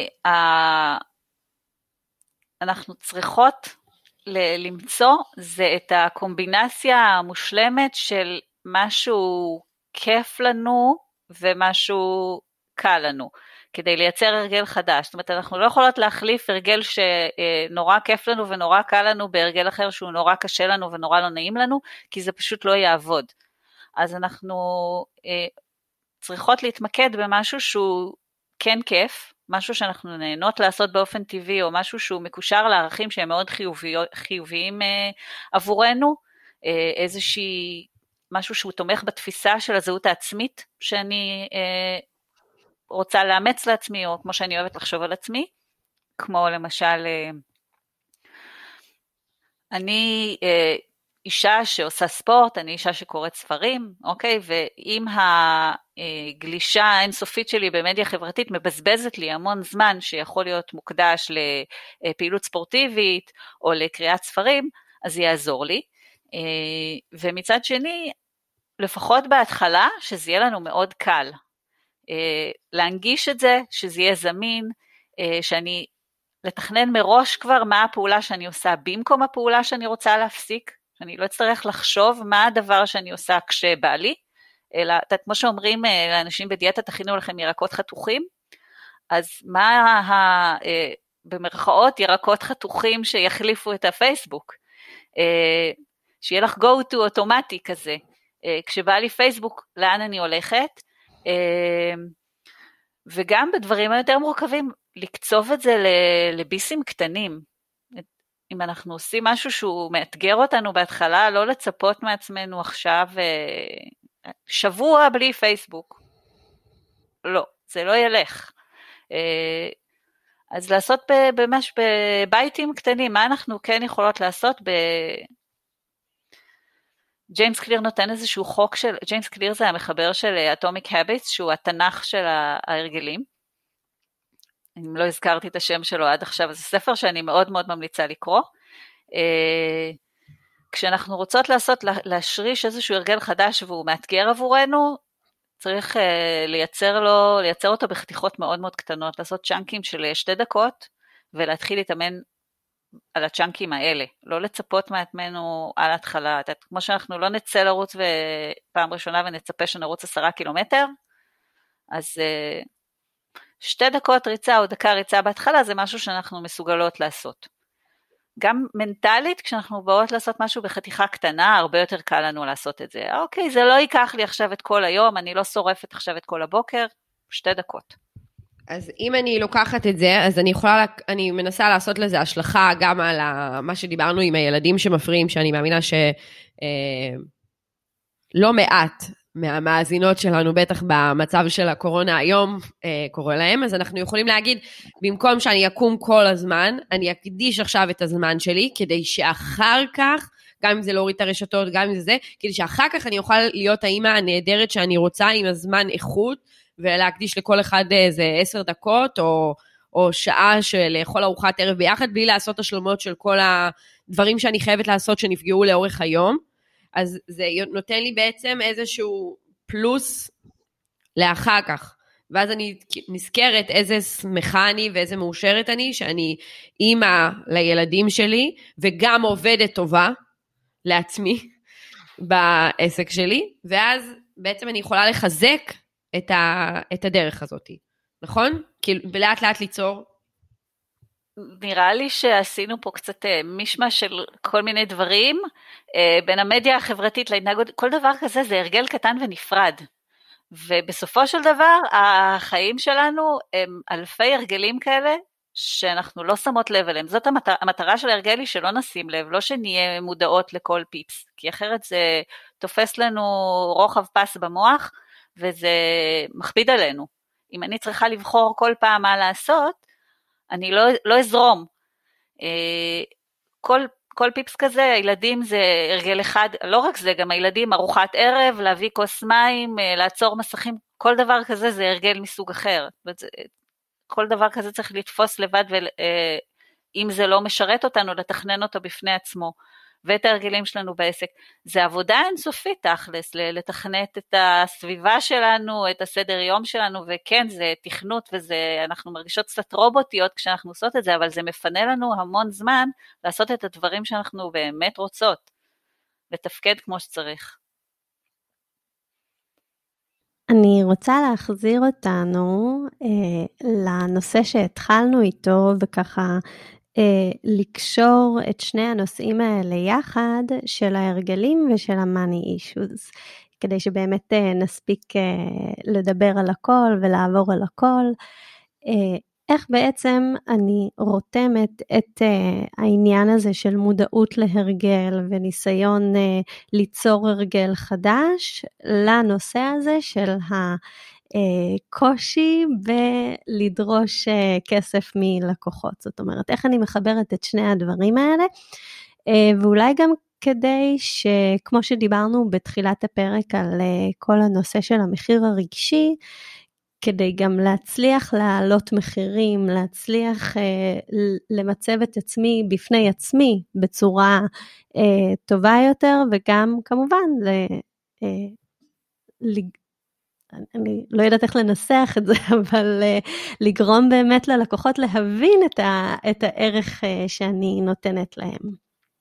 אנחנו צריכות למצוא זה את הקומבינציה המושלמת של משהו כיף לנו ומשהו קל לנו, כדי לייצר הרגל חדש. זאת אומרת, אנחנו לא יכולות להחליף הרגל שנורא כיף לנו ונורא קל לנו בהרגל אחר שהוא נורא קשה לנו ונורא לא נעים לנו, כי זה פשוט לא יעבוד. אז אנחנו צריכות להתמקד במשהו שהוא כן כיף, משהו שאנחנו נהנות לעשות באופן טבעי, או משהו שהוא מקושר לערכים שהם מאוד חיוביים עבורנו, איזושהי, משהו שהוא תומך בתפיסה של הזהות העצמית, שאני רוצה לאמץ לעצמי, או כמו שאני אוהבת לחשוב על עצמי, כמו למשל, אני אישה שעושה ספורט, אני אישה שקוראת ספרים, אוקיי? ואם הגלישה האינסופית שלי במדיה חברתית מבזבזת לי המון זמן שיכול להיות מוקדש לפעילות ספורטיבית או לקריאת ספרים, אז זה יעזור לי. ומצד שני, לפחות בהתחלה, שזה יהיה לנו מאוד קל. להנגיש את זה, שזה יהיה זמין, שאני לתכנן מראש כבר מה הפעולה שאני עושה במקום הפעולה שאני רוצה להפסיק, אני לא אצטרך לחשוב מה הדבר שאני עושה כשבא לי, אלא כמו שאומרים לאנשים בדיאטה, תכינו לכם ירקות חתוכים, אז מה במרכאות ירקות חתוכים שיחליפו את הפייסבוק, שיהיה לך go to אוטומטי כזה, כשבא לי פייסבוק לאן אני הולכת, וגם בדברים היותר מורכבים, לקצוב את זה לביסים קטנים, אם אנחנו עושים משהו שהוא מאתגר אותנו בהתחלה, לא לצפות מעצמנו עכשיו שבוע בלי פייסבוק. לא, זה לא ילך. אז לעשות ממש בבייטים קטנים, מה אנחנו כן יכולות לעשות ג'יימס קליר נותן איזשהו חוק ג'יימס קליר זה המחבר של Atomic Habits, שהוא התנ"ך של ההרגלים. אם לא הזכרתי את השם שלו עד עכשיו, זה ספר שאני מאוד מאוד ממליצה לקרוא. כשאנחנו רוצות להשריש איזשהו הרגל חדש והוא מאתגר עבורנו, צריך לייצר אותו בחתיכות מאוד מאוד קטנות, לעשות צ'אנקים של 2 דקות, ולהתחיל להתאמן על הצ'אנקים האלה, לא לצפות מעצמנו על ההתחלה, כמו שאנחנו לא נצא לרוץ פעם ראשונה ונצפה שנרוץ 10 קילומטר, אז 2 דקות ריצה או דקה ריצה בהתחלה, זה משהו שאנחנו מסוגלות לעשות. גם מנטלית, כשאנחנו באות לעשות משהו בחתיכה קטנה, הרבה יותר קל לנו לעשות את זה. אוקיי, זה לא ייקח לי עכשיו את כל היום, אני לא שורפת עכשיו את כל הבוקר, 2 דקות. אז אם אני לוקחת את זה, אז אני מנסה לעשות לזה השלכה גם על מה שדיברנו עם הילדים שמפריעים, שאני מאמינה שלא מעט מהמאזינות שלנו, בטח במצב של הקורונה היום, קורה להם, אז אנחנו יכולים להגיד, במקום שאני אקום כל הזמן, אני אקדיש עכשיו את הזמן שלי, כדי שאחר כך, גם אם זה להוריד את הרשתות, גם אם זה, כדי שאחר כך אני אוכל להיות האמא הנהדרת שאני רוצה, עם הזמן איכות, ולהקדיש לכל אחד איזה 10 דקות, או שעה של לאכול ארוחת ערב ביחד, בלי לעשות השלמות של כל הדברים שאני חייבת לעשות, שנפגעו לאורך היום, אז זה נותן לי בעצם איזשהו פלוס לאחר כך, ואז אני נזכרת איזה שמחה אני ואיזה מאושרת אני, שאני אימא לילדים שלי, וגם עובדת טובה לעצמי בעסק שלי, ואז בעצם אני יכולה לחזק את הדרך הזאת, נכון? כאילו, בלאט לאט ליצור. נראה לי שעשינו פה קצת משמע של כל מיני דברים, בין המדיה החברתית להתנהגות, כל דבר כזה זה הרגל קטן ונפרד, ובסופו של דבר החיים שלנו הם אלפי הרגלים כאלה, שאנחנו לא שמות לב אליהם, זאת המטרה של הרגל היא שלא נשים לב, לא שנהיה מודעות לכל פיפס, כי אחרת זה תופס לנו רוחב פס במוח, וזה מכביד עלינו. אם אני צריכה לבחור כל פעם מה לעשות, אני לא אזרום. כל פיפס כזה, הילדים זה הרגל אחד, לא רק זה, גם הילדים ארוחת ערב, להביא כוס מים, לעצור מסכים, כל דבר כזה זה הרגל מסוג אחר. כל דבר כזה צריך לתפוס לבד, ואם זה לא משרת אותנו, לתכנן אותו בפני עצמו. ואת ההרגלים שלנו בעסק, זה עבודה אינסופית תכלס, לתכנת את הסביבה שלנו, את הסדר יום שלנו, וכן, זה תכנות, אנחנו מרגישות קצת רובוטיות כשאנחנו עושות את זה, אבל זה מפנה לנו המון זמן, לעשות את הדברים שאנחנו באמת רוצות, לתפקד כמו שצריך. אני רוצה להחזיר אותנו לנושא שהתחלנו איתו, וככה, לקשור את שני הנושאים האלה יחד, של ההרגלים ושל המאני אישוז, כדי שבאמת נספיק לדבר על הכל ולעבור על הכל. איך בעצם אני רותמת את העניין הזה של מודעות להרגל וניסיון ליצור הרגל חדש לנושא הזה של קושי בלדרוש כסף מלקוחות. זאת אומרת, איך אני מחברת את שני הדברים האלה, ואולי גם כדי שכמו שדיברנו בתחילת הפרק על כל הנושא של המחיר הרגשי, כדי גם להצליח להעלות מחירים, להצליח למצב את עצמי בפני עצמי בצורה טובה יותר, וגם כמובן אני לא יודעת איך לנסח את זה, אבל לגרום באמת ללקוחות להבין את הערך שאני נותנת להם.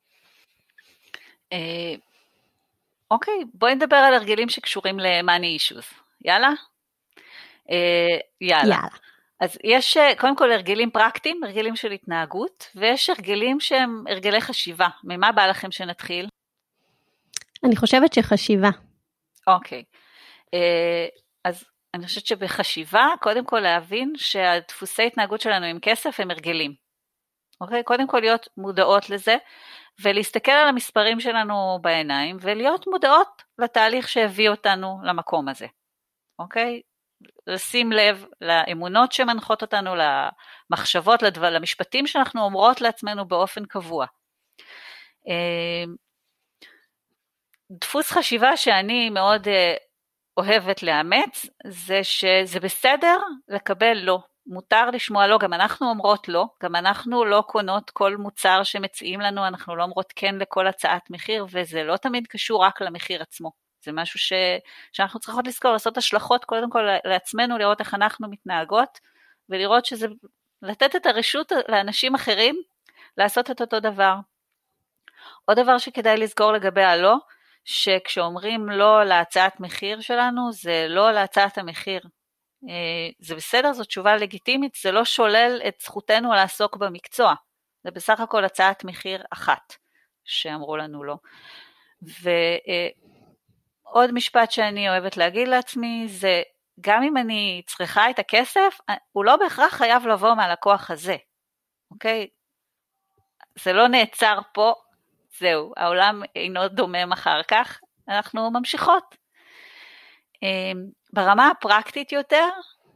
אוקיי, בואי נדבר על הרגלים שקשורים למאני אישוז. יאללה? יאללה. אז יש קודם כל הרגלים פרקטיים, הרגלים של התנהגות, ויש הרגלים שהם הרגלי חשיבה. ממה בא לכם שנתחיל? אני חושבת שחשיבה. אוקיי. אז אני חושבת שבחשיבה, קודם כל להבין שהדפוסי התנהגות שלנו עם כסף הם הרגלים. אוקיי? קודם כל להיות מודעות לזה, ולהסתכל על המספרים שלנו בעיניים, ולהיות מודעות לתהליך שהביא אותנו למקום הזה. אוקיי? לשים לב לאמונות שמנחות אותנו, למחשבות, למשפטים שאנחנו אומרות לעצמנו באופן קבוע. דפוס חשיבה שאני מאוד אוהבת לאמץ, זה שזה בסדר לקבל לא, מותר לשמוע לא, גם אנחנו אומרות לא, גם אנחנו לא קונות כל מוצר שמציעים לנו, אנחנו לא אומרות כן לכל הצעת מחיר, וזה לא תמיד קשור רק למחיר עצמו, זה משהו שאנחנו צריכות לזכור, לעשות השלכות קודם כל לעצמנו, לראות איך אנחנו מתנהגות, ולראות שזה, לתת את הרשות לאנשים אחרים, לעשות את אותו דבר. עוד דבר שכדאי לזכור לגבי הלא, שכשאומרים לא להצעת מחיר שלנו, זה לא להצעת המחיר. זה בסדר, זו תשובה לגיטימית, זה לא שולל את זכותנו לעסוק במקצוע. זה בסך הכל הצעת מחיר אחת, שאמרו לנו לא. ועוד משפט שאני אוהבת להגיד לעצמי, זה גם אם אני צריכה את הכסף, הוא לא בהכרח חייב לבוא מהלקוח הזה. אוקיי? זה לא נעצר פה, זהו, העולם אינו דומם אחר כך, אנחנו ממשיכות. ברמה הפרקטית יותר,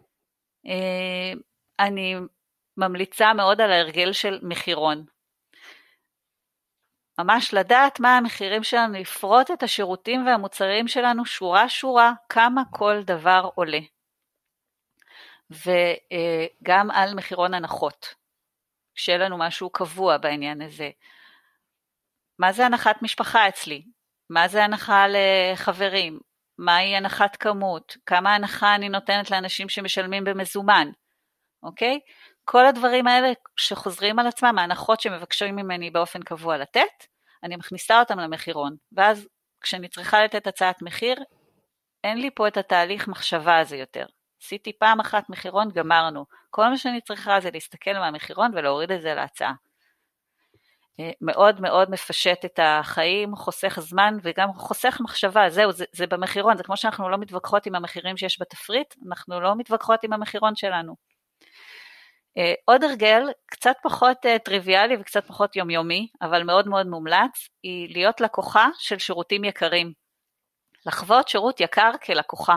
אני ממליצה מאוד על ההרגל של מחירון. ממש לדעת מה המחירים שלנו, לפרוט את השירותים והמוצרים שלנו שורה שורה, כמה כל דבר עולה. וגם על מחירון הנחות, שיהיה לנו משהו קבוע בעניין הזה. מה זה הנחת משפחה אצלי? מה זה הנחה לחברים? מהי הנחת כמות? כמה הנחה אני נותנת לאנשים שמשלמים במזומן? אוקיי? כל הדברים האלה שחוזרים על עצמם, ההנחות שמבקשים ממני באופן קבוע לתת, אני מכניסה אותם למחירון, ואז כשאני צריכה לתת הצעת מחיר, אין לי פה את התהליך מחשבה הזה יותר. עשיתי פעם אחת מחירון, גמרנו. כל מה שאני צריכה זה להסתכל מהמחירון ולהוריד את זה להצעה. מאוד מאוד מפשט את החיים, חוסך זמן וגם חוסך מחשבה, זהו, זה במחירון, זה כמו שאנחנו לא מתווכחות עם המחירים שיש בתפריט, אנחנו לא מתווכחות עם המחירון שלנו. עוד הרגל, קצת פחות טריוויאלי וקצת פחות יומיומי, אבל מאוד מאוד מומלץ, היא להיות לקוחה של שירותים יקרים. לחוות שירות יקר כלקוחה.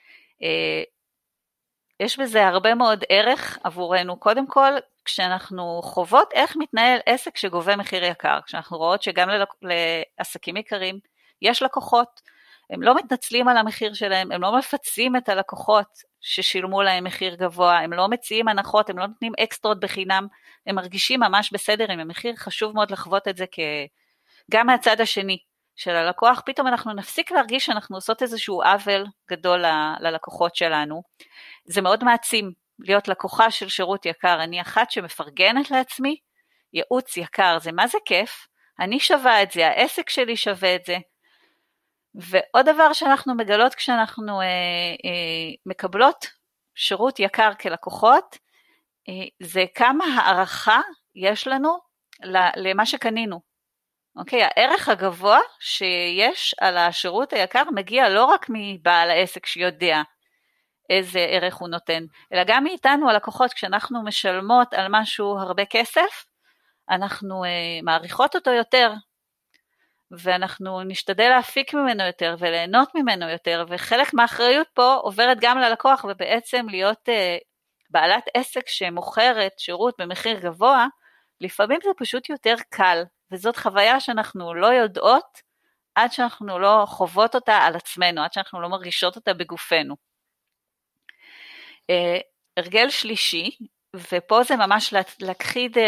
יש בזה הרבה מאוד ערך עבורנו, קודם כל, כשאנחנו חוות איך מתנהל עסק שגובה מחיר יקר, כשאנחנו רואות שגם לעסקים יקרים יש לקוחות, הם לא מתנצלים על המחיר שלהם, הם לא מפצים את הלקוחות ששילמו להם מחיר גבוה, הם לא מציעים הנחות, הם לא נותנים אקסטרות בחינם, הם מרגישים ממש בסדר עם המחיר, חשוב מאוד לחוות את זה גם מהצד השני של הלקוח, פתאום אנחנו נפסיק להרגיש שאנחנו עושות איזשהו עוול גדול ללקוחות שלנו, זה מאוד מעצים להיות לקוחה של שירות יקר, אני אחת שמפרגנת לעצמי, ייעוץ יקר, זה מה זה כיף, אני שווה את זה, העסק שלי שווה את זה, ועוד דבר שאנחנו מגלות כשאנחנו מקבלות שירות יקר כלקוחות, זה כמה הערכה יש לנו למה שקנינו. אוקיי, הערך הגבוה שיש על השירות היקר מגיע לא רק מבעל העסק שיודע איזה ערך הוא נותן, אלא גם מאיתנו הלקוחות, כשאנחנו משלמות על משהו הרבה כסף, אנחנו מעריכות אותו יותר, ואנחנו נשתדל להפיק ממנו יותר וליהנות ממנו יותר, וחלק מהאחריות פה עוברת גם ללקוח, ובעצם להיות בעלת עסק שמוכרת שירות במחיר גבוה, לפעמים זה פשוט יותר קל, וזאת חוויה שאנחנו לא יודעות, עד שאנחנו לא חוות אותה על עצמנו, עד שאנחנו לא מרגישות אותה בגופנו. הרגל שלישי, ופה זה ממש להכחיד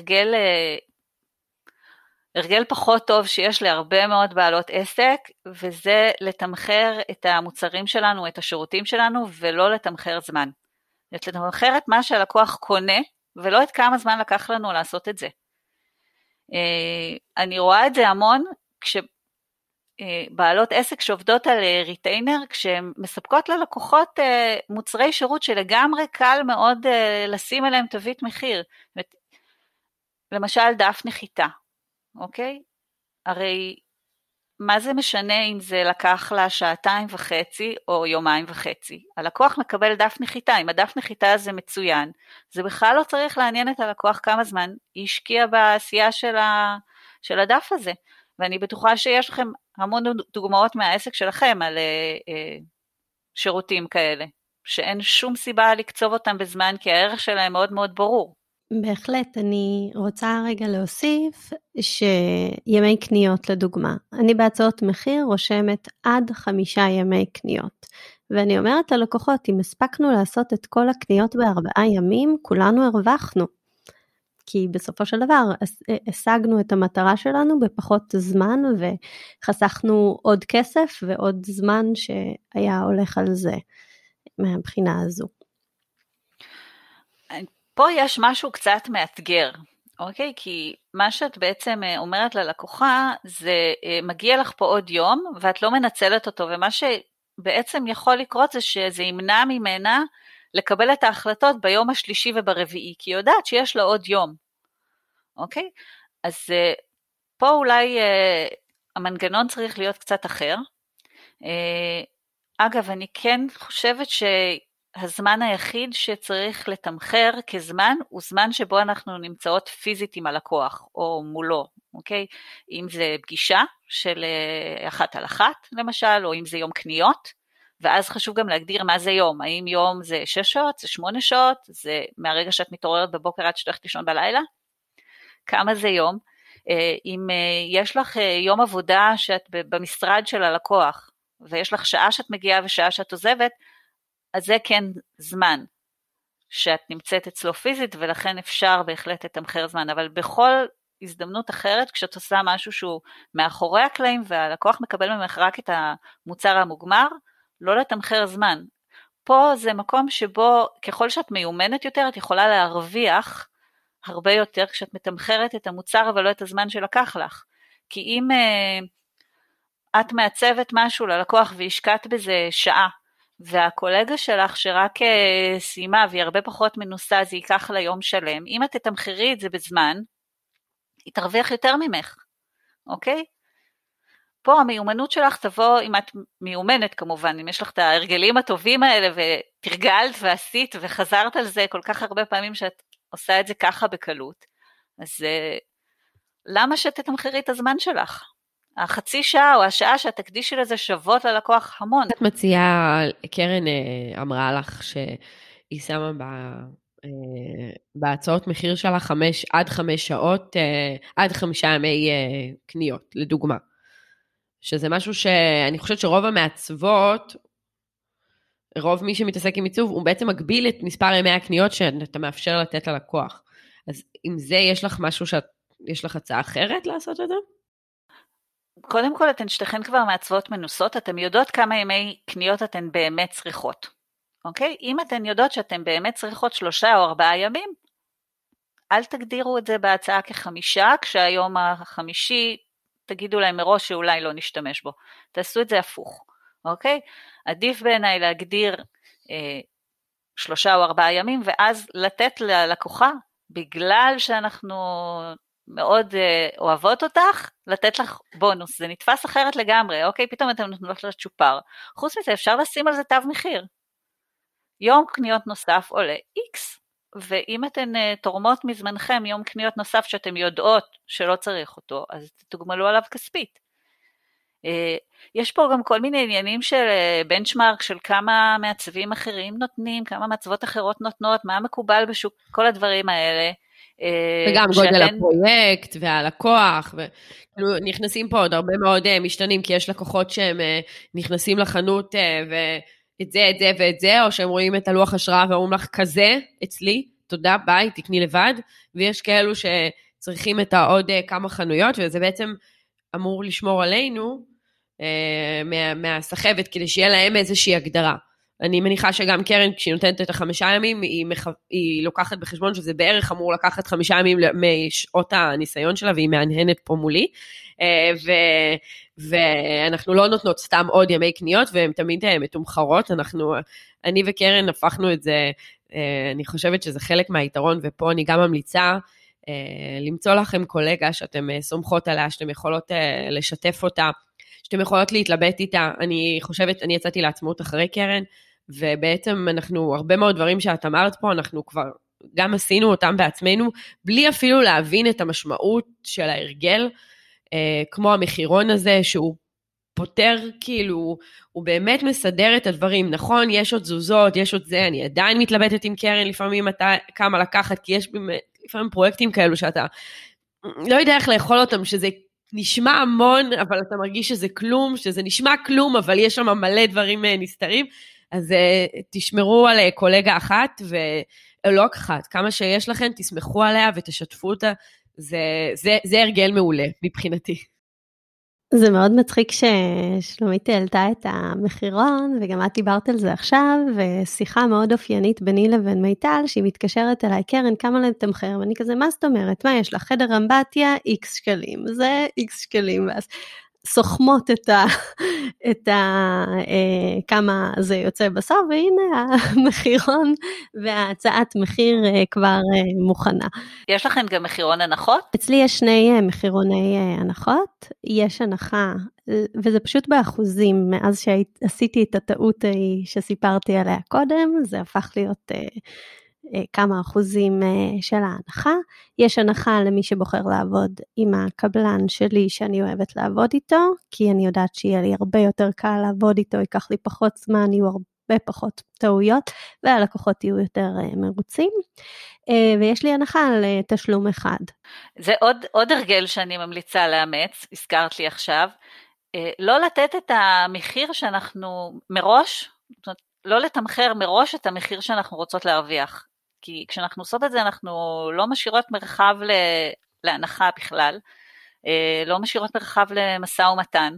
הרגל פחות טוב שיש להרבה מאוד בעלות עסק, וזה לתמחר את המוצרים שלנו, את השירותים שלנו, ולא לתמחר זמן. לתמחר את מה שהלקוח קונה, ולא את כמה זמן לקח לנו לעשות את זה. אני רואה את זה המון, כשבעלות עסק שעובדות על ריטיינר, כשהן מספקות ללקוחות מוצרי שירות שלגמרי קל מאוד לשים עליהם תווית מחיר. למשל דף נחיתה. אוקיי? הרי מה זה משנה אם זה לקח לה 2.5 או 2.5 ימים? הלקוח מקבל דף נחיתה, אם הדף נחיתה הזה מצוין, זה בכלל לא צריך לעניין את הלקוח כמה זמן היא השקיעה בעשייה של הדף הזה, ואני בטוחה שיש לכם המון דוגמאות מהעסק שלכם על שירותים כאלה, שאין שום סיבה לקצוב אותם בזמן, כי הערך שלהם מאוד מאוד ברור. בהחלט, אני רוצה רגע להוסיף שימי קניות לדוגמה. אני בהצעות מחיר רושמת עד 5 ימי קניות. ואני אומרת ללקוחות, אם הספקנו לעשות את כל הקניות ב4 ימים, כולנו הרווחנו. כי בסופו של דבר השגנו את המטרה שלנו בפחות זמן, וחסכנו עוד כסף ועוד זמן שהיה הולך על זה, מהבחינה הזו. פה יש משהו קצת מאתגר, אוקיי? כי מה שאת בעצם אומרת ללקוחה, זה מגיע לך פה עוד יום, ואת לא מנצלת אותו, ומה שבעצם יכול לקרות זה שזה ימנע ממנה לקבל את ההחלטות ביום השלישי וברביעי, כי היא יודעת שיש לה עוד יום, אוקיי? אז פה אולי המנגנון צריך להיות קצת אחר. אגב, אני כן חושבת שהזמן היחיד שצריך לתמחר כזמן, הוא זמן שבו אנחנו נמצאות פיזית עם הלקוח, או מולו, אוקיי? אם זה פגישה של 1-על-1, למשל, או אם זה יום קניות, ואז חשוב גם להגדיר מה זה יום, האם יום זה 6 שעות, זה 8 שעות, זה מהרגע שאת מתעוררת בבוקר עד שתלכת לישון בלילה, כמה זה יום, אם יש לך יום עבודה שאת במשרד של הלקוח, ויש לך שעה שאת מגיעה ושעה שאת עוזבת, אז זה כן זמן שאת נמצאת אצלו פיזית, ולכן אפשר בהחלט לתמחר זמן, אבל בכל הזדמנות אחרת, כשאת עושה משהו שהוא מאחורי הקלעים, והלקוח מקבל ממך רק את המוצר המוגמר, לא לתמחר זמן. פה זה מקום שבו ככל שאת מיומנת יותר, את יכולה להרוויח הרבה יותר כשאת מתמחרת את המוצר, אבל לא את הזמן שלקח לך. כי אם את מעצבת משהו ללקוח והשקעת בזה שעה, והקולגה שלך שרק סיימה והיא הרבה פחות מנוסה, זה ייקח לה יום שלם, אם את תתמחרי את זה בזמן, היא תרוויח יותר ממך, אוקיי? פה המיומנות שלך תבוא, אם את מיומנת כמובן, אם יש לך את ההרגלים הטובים האלה, ותרגלת ועשית וחזרת על זה כל כך הרבה פעמים שאת עושה את זה ככה בקלות, אז למה שתתמחרי את הזמן שלך? החצי שעה או השעה שאת תקדישי לזה שוות ללקוח המון. את מציעה, קרן אמרה לך שהיא שמה בהצעות מחיר שלה 5 שעות, עד 5 ימי קניות, לדוגמה. שזה משהו שאני חושבת שרוב המעצבות, רוב מי שמתעסק עם עיצוב, הוא בעצם מגביל את מספר ימי הקניות שאתה מאפשר לתת ללקוח. אז עם זה יש לך משהו יש לך הצעה אחרת לעשות את זה? קודם כל, אתן שתיכן כבר מעצבות מנוסות, אתן יודעות כמה ימי קניות אתן באמת צריכות, אוקיי? אם אתן יודעות שאתן באמת צריכות 3 או 4 ימים, אל תגדירו את זה בהצעה כ5, כשהיום החמישי, תגידו להם מראש שאולי לא נשתמש בו, תעשו את זה הפוך, אוקיי? עדיף בעיניי להגדיר 3 או 4 ימים, ואז לתת ללקוחה, בגלל שאנחנו מאוד אוהבות אותך, לתת לך בונוס, זה נתפס אחרת לגמרי, אוקיי, פתאום אתם נותנות לה צ'ופר, חוץ מזה אפשר לשים על זה תו מחיר, יום קניות נוסף עולה X, ואם אתן תורמות מזמנכם יום קניות נוסף שאתם יודעות שלא צריך אותו, אז תתוגמלו עליו כספית. יש פה גם כל מיני עניינים של בנצ'מרק, של כמה מעצבים אחרים נותנים, כמה מעצבות אחרות נותנות, מה מקובל בשוק, כל הדברים האלה, וגם גודל הפרויקט והלקוח, נכנסים פה עוד הרבה מאוד משתנים, כי יש לקוחות שהם נכנסים לחנות ואת זה, את זה ואת זה, או שהם רואים את הלוח השראה ואומרים לך כזה אצלי, תודה, ביי, תקני לבד, ויש כאלו שצריכים את העוד כמה חנויות, וזה בעצם אמור לשמור עלינו מהסחבת, כדי שיהיה להם איזושהי הגדרה. אני מניחה שגם קרן, כשהיא נותנת את 5 ימים, היא לוקחת בחשבון שזה בערך אמור לקחת 5 ימים משעות הניסיון שלה, והיא מעניינת פה מולי, ואנחנו לא נותנות סתם עוד ימי קניות, והן תמיד מתומחרות, אני וקרן הפכנו את זה, אני חושבת שזה חלק מהיתרון, ופה אני גם ממליצה, למצוא לכם קולגה שאתם סומכות עליה, שאתם יכולות לשתף אותה, שאתם יכולות להתלבט איתה, אני חושבת, אני יצאתי לעצמאות אחרי קרן, ובעצם אנחנו, הרבה מאוד דברים שאת אמרת פה, אנחנו כבר גם עשינו אותם בעצמנו, בלי אפילו להבין את המשמעות של ההרגל, כמו המחירון הזה, שהוא פותר, כאילו, הוא באמת מסדר את הדברים, נכון, יש עוד תזוזות, יש עוד זה, אני עדיין מתלבטת עם קרן, לפעמים אתה כמה לקחת, כי יש לפעמים פרויקטים כאלו שאתה לא יודע איך לאכול אותם, שזה נשמע המון, אבל אתה מרגיש שזה כלום, שזה נשמע כלום, אבל יש שם מלא דברים נסתרים, אז תשמרו על קולגה אחת, ולא אחת, כמה שיש לכם, תסמכו עליה ותשתפו אותה, זה הרגל מעולה מבחינתי. זה מאוד מצחיק ששלומית העלתה את המחירון, וגם את דיברת על זה עכשיו, ושיחה מאוד אופיינית ביני לבין מיטל, שהיא מתקשרת אליי, קרן, כמה לתמחר? ואני כזה, מה זאת אומרת? מה יש לה? חדר אמבטיה, X שקלים, זה X שקלים, ואז סוכמות כמה זה יוצא בסוף, והנה המחירון והצעת מחיר כבר מוכנה. יש לכם גם מחירון הנחות? אצלי יש שני מחירוני הנחות, יש הנחה, וזה פשוט באחוזים, מאז שעשיתי את הטעות שסיפרתי עליה קודם, זה הפך להיות כמה אחוזים של ההנחה. יש הנחה למי שבוחר לעבוד עם הקבלן שלי שאני אוהבת לעבוד איתו, כי אני יודעת שיהיה לי הרבה יותר קל לעבוד איתו, ייקח לי פחות זמן, יהיו הרבה פחות טעויות, והלקוחות יהיו יותר מרוצים. ויש לי הנחה על תשלום אחד. זה עוד הרגל שאני ממליצה לאמץ, הזכרת לי עכשיו, לא לתת את המחיר שאנחנו מראש, זאת אומרת, לא לתמחר מראש את המחיר שאנחנו רוצות להרוויח. כי כשאנחנו עושות את זה, אנחנו לא משאירות מרחב להנחה בכלל, לא משאירות מרחב למשא ומתן,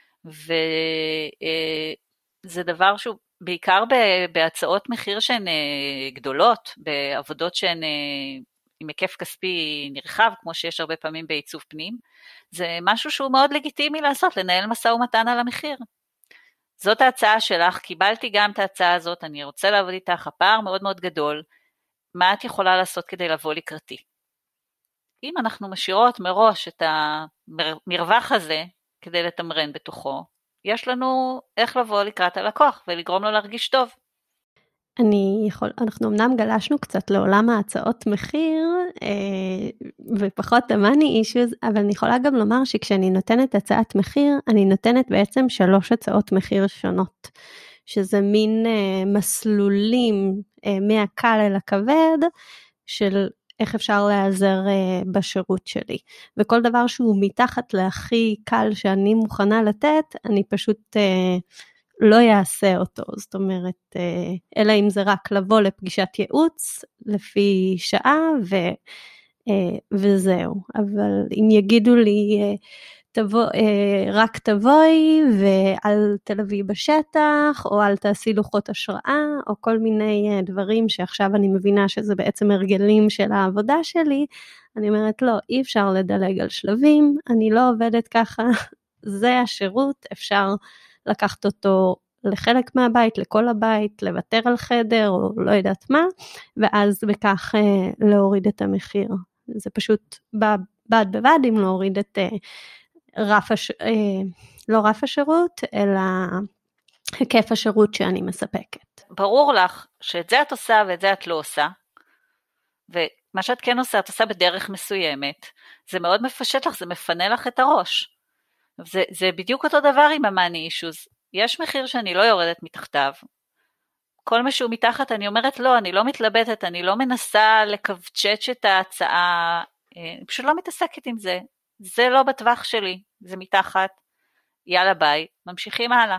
וזה דבר שהוא בעיקר בהצעות מחיר שהן גדולות, בעבודות שהן עם היקף כספי נרחב, כמו שיש הרבה פעמים בעיצוב פנים, זה משהו שהוא מאוד לגיטימי לעשות, לנהל משא ומתן על המחיר. זאת ההצעה שלך, קיבלתי גם את ההצעה הזאת, אני רוצה לעבוד איתך, הפער מאוד מאוד גדול, מה את יכולה לעשות כדי לבוא לקראתי? אם אנחנו משאירות מראש את המרווח הזה, כדי לתמרן בתוכו, יש לנו איך לבוא לקראת הלקוח, ולגרום לו להרגיש טוב. אנחנו אמנם גלשנו קצת לעולם ההצעות מחיר, ופחות המאני אישוז, אבל אני יכולה גם לומר שכשאני נותנת הצעת מחיר, אני נותנת בעצם 3 הצעות מחיר שונות, שזה מין מסלולים מהקל אל הכבד, של איך אפשר להיעזר בשירות שלי. וכל דבר שהוא מתחת להכי קל שאני מוכנה לתת, אני פשוט לא יעשה אותו. זאת אומרת, אלא אם זה רק לבוא לפגישת ייעוץ, לפי שעה, וזהו. אבל אם יגידו לי, רק תבואי ואל תלווי בשטח, או אל תעשי לוחות השראה, או כל מיני דברים שעכשיו אני מבינה שזה בעצם הרגלים של העבודה שלי, אני אומרת לא, אי אפשר לדלג על שלבים, אני לא עובדת ככה, זה השירות, אפשר לקחת אותו לחלק מהבית, לכל הבית, לוותר על חדר, או לא יודעת מה, ואז בכך להוריד את המחיר. זה פשוט בד בבד אם להוריד את לא רף השירות, אלא היקף השירות שאני מספקת. ברור לך שאת זה את עושה ואת זה את לא עושה, ומה שאת כן עושה, את עושה בדרך מסוימת, זה מאוד מפשט לך, זה מפנה לך את הראש. זה בדיוק אותו דבר עם המאני אישוז. יש מחיר שאני לא יורדת מתחתיו, כל מה שהוא מתחת אני אומרת לא, אני לא מתלבטת, אני לא מנסה לקבצ'ץ' את ההצעה, אני פשוט לא מתעסקת עם זה, זה לא בטווח שלי, זה מתחת, יאללה ביי, ממשיכים הלאה.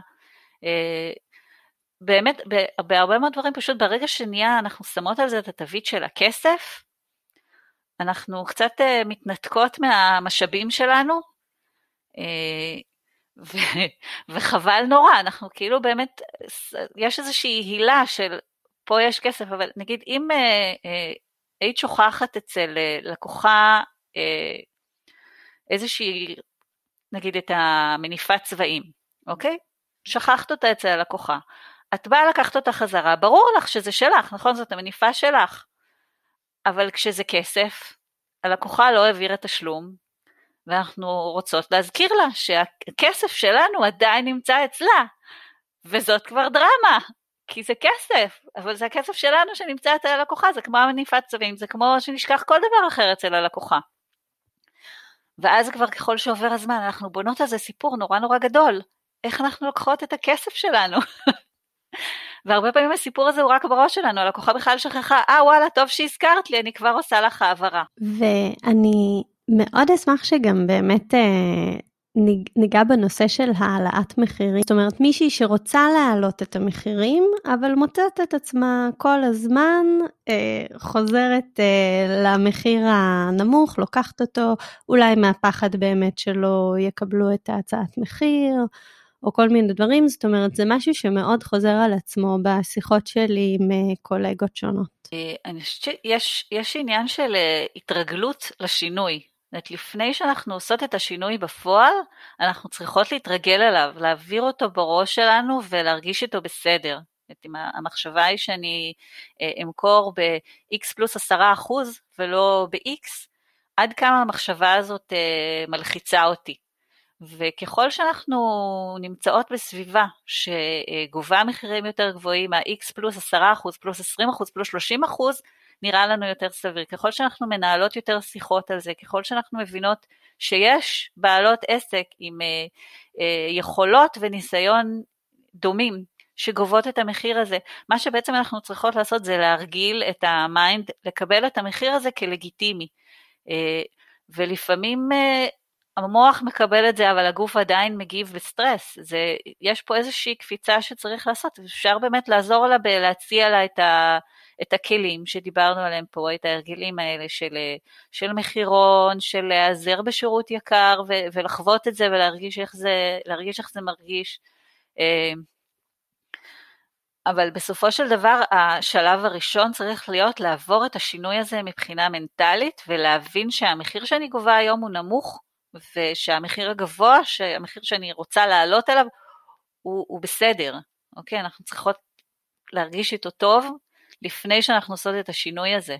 באמת, בהרבה מאוד דברים פשוט ברגע שנהיה, אנחנו שמות על זה את התווית של הכסף, אנחנו קצת מתנתקות מהמשאבים שלנו, וחבל נורא, אנחנו כאילו באמת, יש איזושהי הילה של פה יש כסף, אבל נגיד אם היית שוכחת אצל לקוחה איזושהי, נגיד את המניפת צבעים, אוקיי? שכחת אותה אצל הלקוחה, את באה לקחת אותה חזרה, ברור לך שזה שלך, נכון? זאת המניפה שלך, אבל כשזה כסף, הלקוחה לא העבירה תשלום, ואנחנו רוצות להזכיר לה שהכסף שלנו עדיין נמצא אצלה, וזאת כבר דרמה, כי זה כסף, אבל זה הכסף שלנו שנמצא אצל הלקוחה, זה כמו המניפת צבעים, זה כמו שנשכח כל דבר אחר אצל הלקוחה. ואז כבר ככל שעובר הזמן, אנחנו בונות על זה סיפור נורא נורא גדול, איך אנחנו לוקחות את הכסף שלנו. והרבה פעמים הסיפור הזה הוא רק בראש שלנו, הלקוחה בכלל שכחה, וואלה, טוב שהזכרת לי, אני כבר עושה לך העברה. ואני מאוד אשמח שגם באמת ניגע בנושא של העלאת מחירים. זאת אומרת, מישהי שרוצה להעלות את המחירים, אבל מוצאת את עצמה כל הזמן, חוזרת למחיר הנמוך, לוקחת אותו, אולי מהפחד באמת שלא יקבלו את ההצעת מחיר, או כל מיני דברים. זאת אומרת, זה משהו שמאוד חוזר על עצמו בשיחות שלי עם קולגות שונות. אני חושבת שיש עניין של התרגלות לשינוי. לפני שאנחנו עושות את השינוי בפועל, אנחנו צריכות להתרגל עליו, להעביר אותו בראש שלנו ולהרגיש אותו בסדר. המחשבה היא שאני אמכור ב-X פלוס 10% ולא ב-X, עד כמה המחשבה הזאת מלחיצה אותי. וככל שאנחנו נמצאות בסביבה שגובה מחירים יותר גבוהים, ה-X פלוס 10%, פלוס 20%, פלוס 30%, נראה לנו יותר סביר. ככל שאנחנו מנהלות יותר שיחות על זה, ככל שאנחנו מבינות שיש בעלות עסק עם יכולות וניסיון דומים, שגובות את המחיר הזה, מה שבעצם אנחנו צריכות לעשות זה להרגיל את המיינד, לקבל את המחיר הזה כלגיטימי. ולפעמים המוח מקבל את זה, אבל הגוף עדיין מגיב בסטרס. יש פה איזושהי קפיצה שצריך לעשות, אפשר באמת לעזור לה בלהציע לה את הכלים שדיברנו עליהם פה, את ההרגלים האלה של מחירון, של להיעזר בשירות יקר, ולחוות את זה ולהרגיש איך זה מרגיש. אבל בסופו של דבר, השלב הראשון צריך להיות לעבור את השינוי הזה מבחינה מנטלית, ולהבין שהמחיר שאני גובה היום הוא נמוך, ושהמחיר הגבוה, שהמחיר שאני רוצה לעלות עליו, הוא בסדר. אוקיי? אנחנו צריכות להרגיש איתו טוב, לפני שאנחנו עושות את השינוי הזה.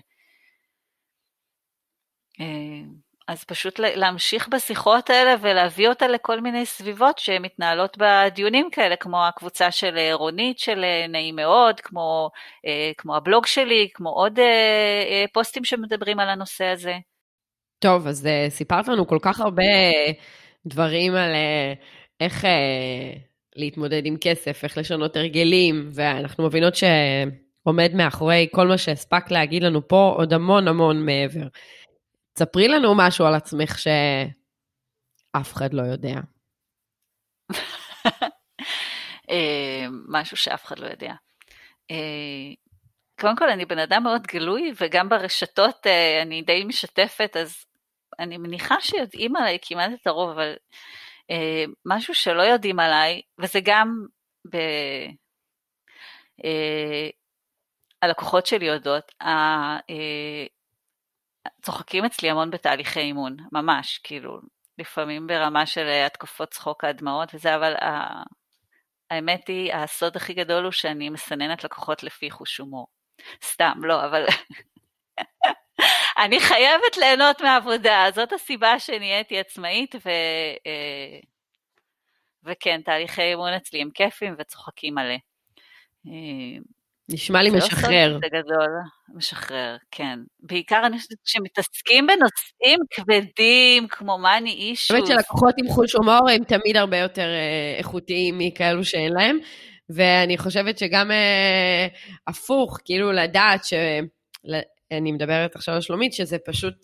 אז פשוט להמשיך בשיחות האלה, ולהביא אותה לכל מיני סביבות, שמתנהלות בדיונים כאלה, כמו הקבוצה של רונית, של נעים מאוד, כמו הבלוג שלי, כמו עוד פוסטים שמדברים על הנושא הזה. טוב, אז סיפרת לנו כל כך הרבה דברים על איך להתמודד עם כסף, איך לשנות הרגלים, ואנחנו מבינות שעומד מאחורי כל מה שהספק להגיד לנו פה, עוד המון המון מעבר. תספרי לנו משהו על עצמך שאף אחד לא יודע. משהו שאף אחד לא יודע. קודם כל, אני בן אדם מאוד גלוי, וגם ברשתות אני די משתפת, אז אני מניחה שיודעים עליי כמעט את הרוב, אבל משהו שלא יודעים עליי, וזה גם הלקוחות שלי יודעות, צוחקים אצלי המון בתהליכי אימון, ממש, כאילו, לפעמים ברמה של התקפות צחוק הדמעות וזה, אבל האמת היא, הסוד הכי גדול הוא שאני מסננת לקוחות לפי חוש הומור. סתם, לא, אבל אני חייבת ליהנות מהעבודה, זאת הסיבה שנהייתי עצמאית, וכן, תהליכי אימון אצלי הם כיפים וצוחקים מלא. נשמע לי משחרר. זה גדול, משחרר, כן. בעיקר אני חושבת שמתעסקים בנושאים כבדים, כמו מאני אישוס. באמת שלקוחות עם חוש הומור הם תמיד הרבה יותר איכותיים מכאלו שאין להם, ואני חושבת שגם הפוך, כאילו לדעת אני מדברת עכשיו על שלומית, שזה פשוט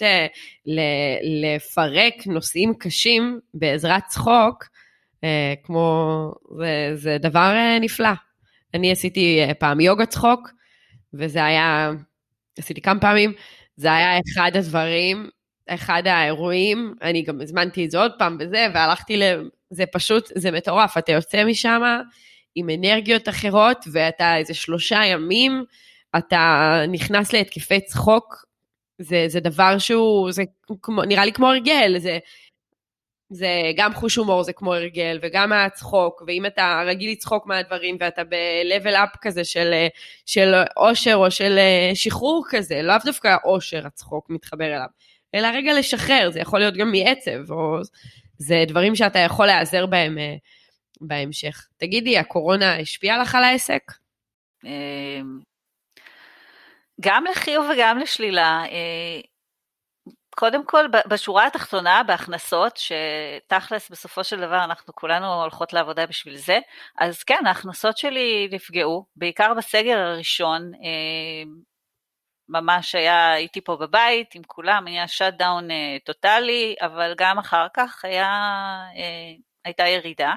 לפרק נושאים קשים בעזרת צחוק, כמו, זה דבר נפלא. אני עשיתי פעם יוגה צחוק, וזה היה, עשיתי כמה פעמים, זה היה אחד הדברים, אחד האירועים, אני גם הזמנתי את זה עוד פעם בזה, והלכתי זה פשוט, זה מטורף, אתה יוצא משם עם אנרגיות אחרות, ואתה איזה 3 ימים, אתה נכנס להתקפי צחוק, זה דבר שהוא, זה נראה לי כמו הרגל, זה גם חוש הומור, זה כמו הרגל, וגם הצחוק, ואם אתה רגיל לצחוק מהדברים, ואתה ב-level up כזה של אושר, או של שחרור כזה, לא דווקא אושר הצחוק מתחבר אליו, אלא רגע לשחרר, זה יכול להיות גם מעצב, או זה דברים שאתה יכול להיעזר בהם בהמשך. תגידי, הקורונה השפיעה לך על העסק? גם לחיוב וגם לשלילה, קודם כל, בשורה התחתונה, בהכנסות, שתכלס בסופו של דבר אנחנו כולנו הולכות לעבודה בשביל זה, אז כן, ההכנסות שלי נפגעו, בעיקר בסגר הראשון, ממש הייתי פה בבית עם כולם, היה שאט-דאון טוטלי, אבל גם אחר כך הייתה ירידה.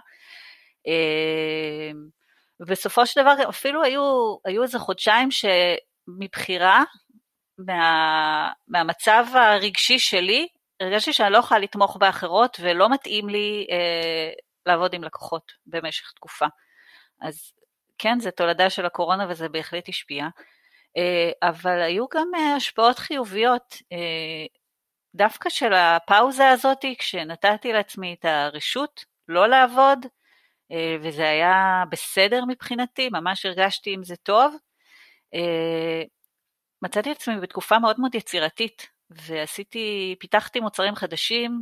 ובסופו של דבר אפילו היו איזה חודשיים שמבחירה מהמצב הרגשי שלי, הרגשתי שאני לא יכולה לתמוך באחרות, ולא מתאים לי לעבוד עם לקוחות במשך תקופה. אז כן, זה תולדה של הקורונה וזה בהחלט השפיע. אבל היו גם השפעות חיוביות, דווקא של הפאוזה הזאת, כשנתתי לעצמי את הרשות לא לעבוד, וזה היה בסדר מבחינתי, ממש הרגשתי עם זה טוב, מצאתי עצמי בתקופה מאוד מאוד יצירתית, פיתחתי מוצרים חדשים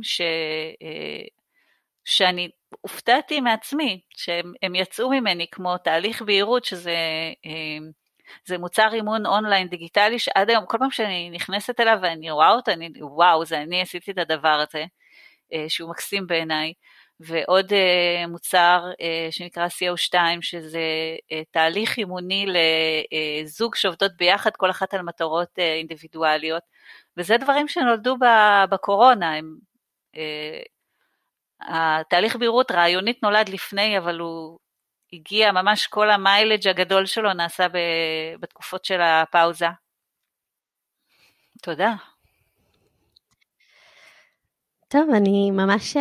שאני הופתעתי מעצמי, שהם יצאו ממני כמו תהליך בהירות, זה מוצר אימון אונליין דיגיטלי, שעד היום כל פעם שאני נכנסת אליו ואני רואה אותו, וואו, זה אני עשיתי את הדבר הזה, שהוא מקסים בעיניי, ועוד מוצר שנקרא CO2, שזה תהליך אימוני לזוג שעובדות ביחד, כל אחת על מטרות אינדיבידואליות, וזה דברים שנולדו בקורונה, התהליך בהירות רעיונית נולד לפני, אבל הוא הגיע, ממש כל המיילג' הגדול שלו נעשה בתקופות של הפאוזה. תודה. טוב, אני ממש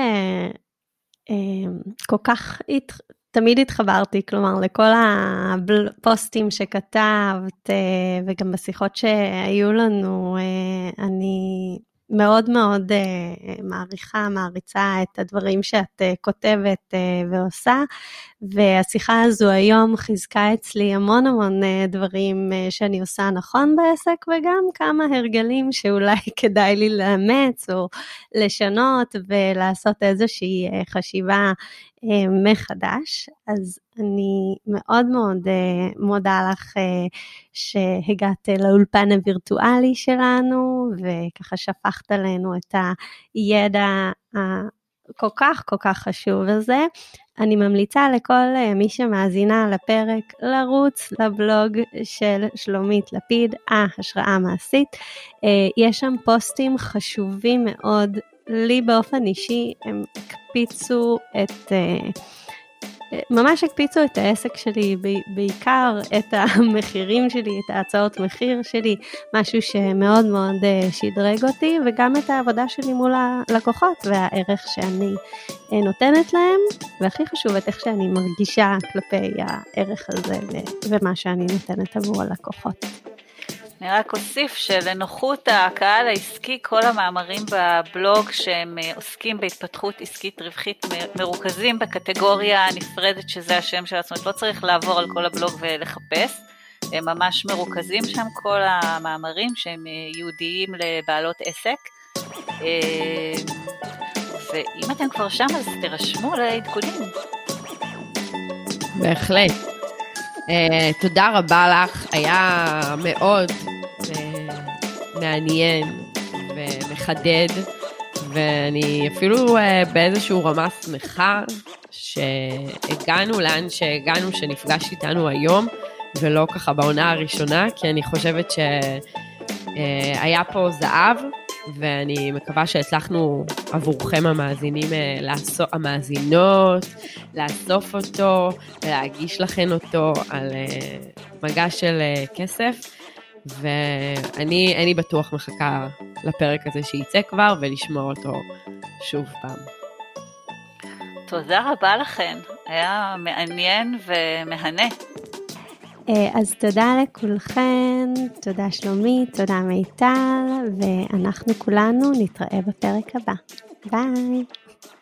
כל כך תמיד התחברתי, כלומר לכל הפוסטים שכתבת וגם בשיחות שהיו לנו, אני מאוד מאוד מעריצה את הדברים שאת כותבת ועושה, והשיחה הזו היום חיזקה אצלי המון המון דברים שאני עושה נכון בעסק, וגם כמה הרגלים שאולי כדאי לי לאמץ או לשנות ולעשות איזושהי חשיבה מחדש. אז אני מאוד מאוד מודה לך שהגעת לאולפן הווירטואלי שלנו, וככה שפכת עלינו את הידע כל כך חשוב הזה. אני ממליצה לכל מי שמאזינה לפרק לרוץ לבלוג של שלומית לפיד, השראה מעשית. יש שם פוסטים חשובים מאוד, לי באופן אישי הם ממש הקפיצו את העסק שלי, בעיקר את המחירים שלי, את ההצעות מחיר שלי, משהו שמאוד מאוד שדרג אותי, וגם את העבודה שלי מול הלקוחות, והערך שאני נותנת להם, והכי חשוב את איך שאני מרגישה כלפי הערך הזה, ומה שאני נותנת עבור הלקוחות. אני רק אוסיף שלנוחות הקהל העסקי, כל המאמרים בבלוג שהם עוסקים בהתפתחות עסקית רווחית מרוכזים בקטגוריה נפרדת שזה השם של עצמו, לא צריך לעבור על כל הבלוג ולחפש, הם ממש מרוכזים שם כל המאמרים שהם ייעודיים לבעלות עסק, ואם אתם כבר שם אז תירשמו לעדכונים. בהחלט. תודה רבה לך, היה מאוד מעניין ומחדד, ואני אפילו באיזשהו רמה שמחה שהגענו לאן שהגענו, שנפגש איתנו היום, ולא ככה בעונה הראשונה, כי אני חושבת שהיה פה זהב, ואני מקווה שהצלחנו עבורכם המאזינים, המאזינות, לאסוף אותו, ולהגיש לכם אותו על מגע של כסף, ואני בטוח מחכה לפרק הזה שייצא כבר, ולשמוע אותו שוב פעם. תודה רבה לכם, היה מעניין ומהנה. אז תודה לכולכם, תודה שלומית, תודה מיטל, ואנחנו כולנו נתראה בפרק הבא. ביי.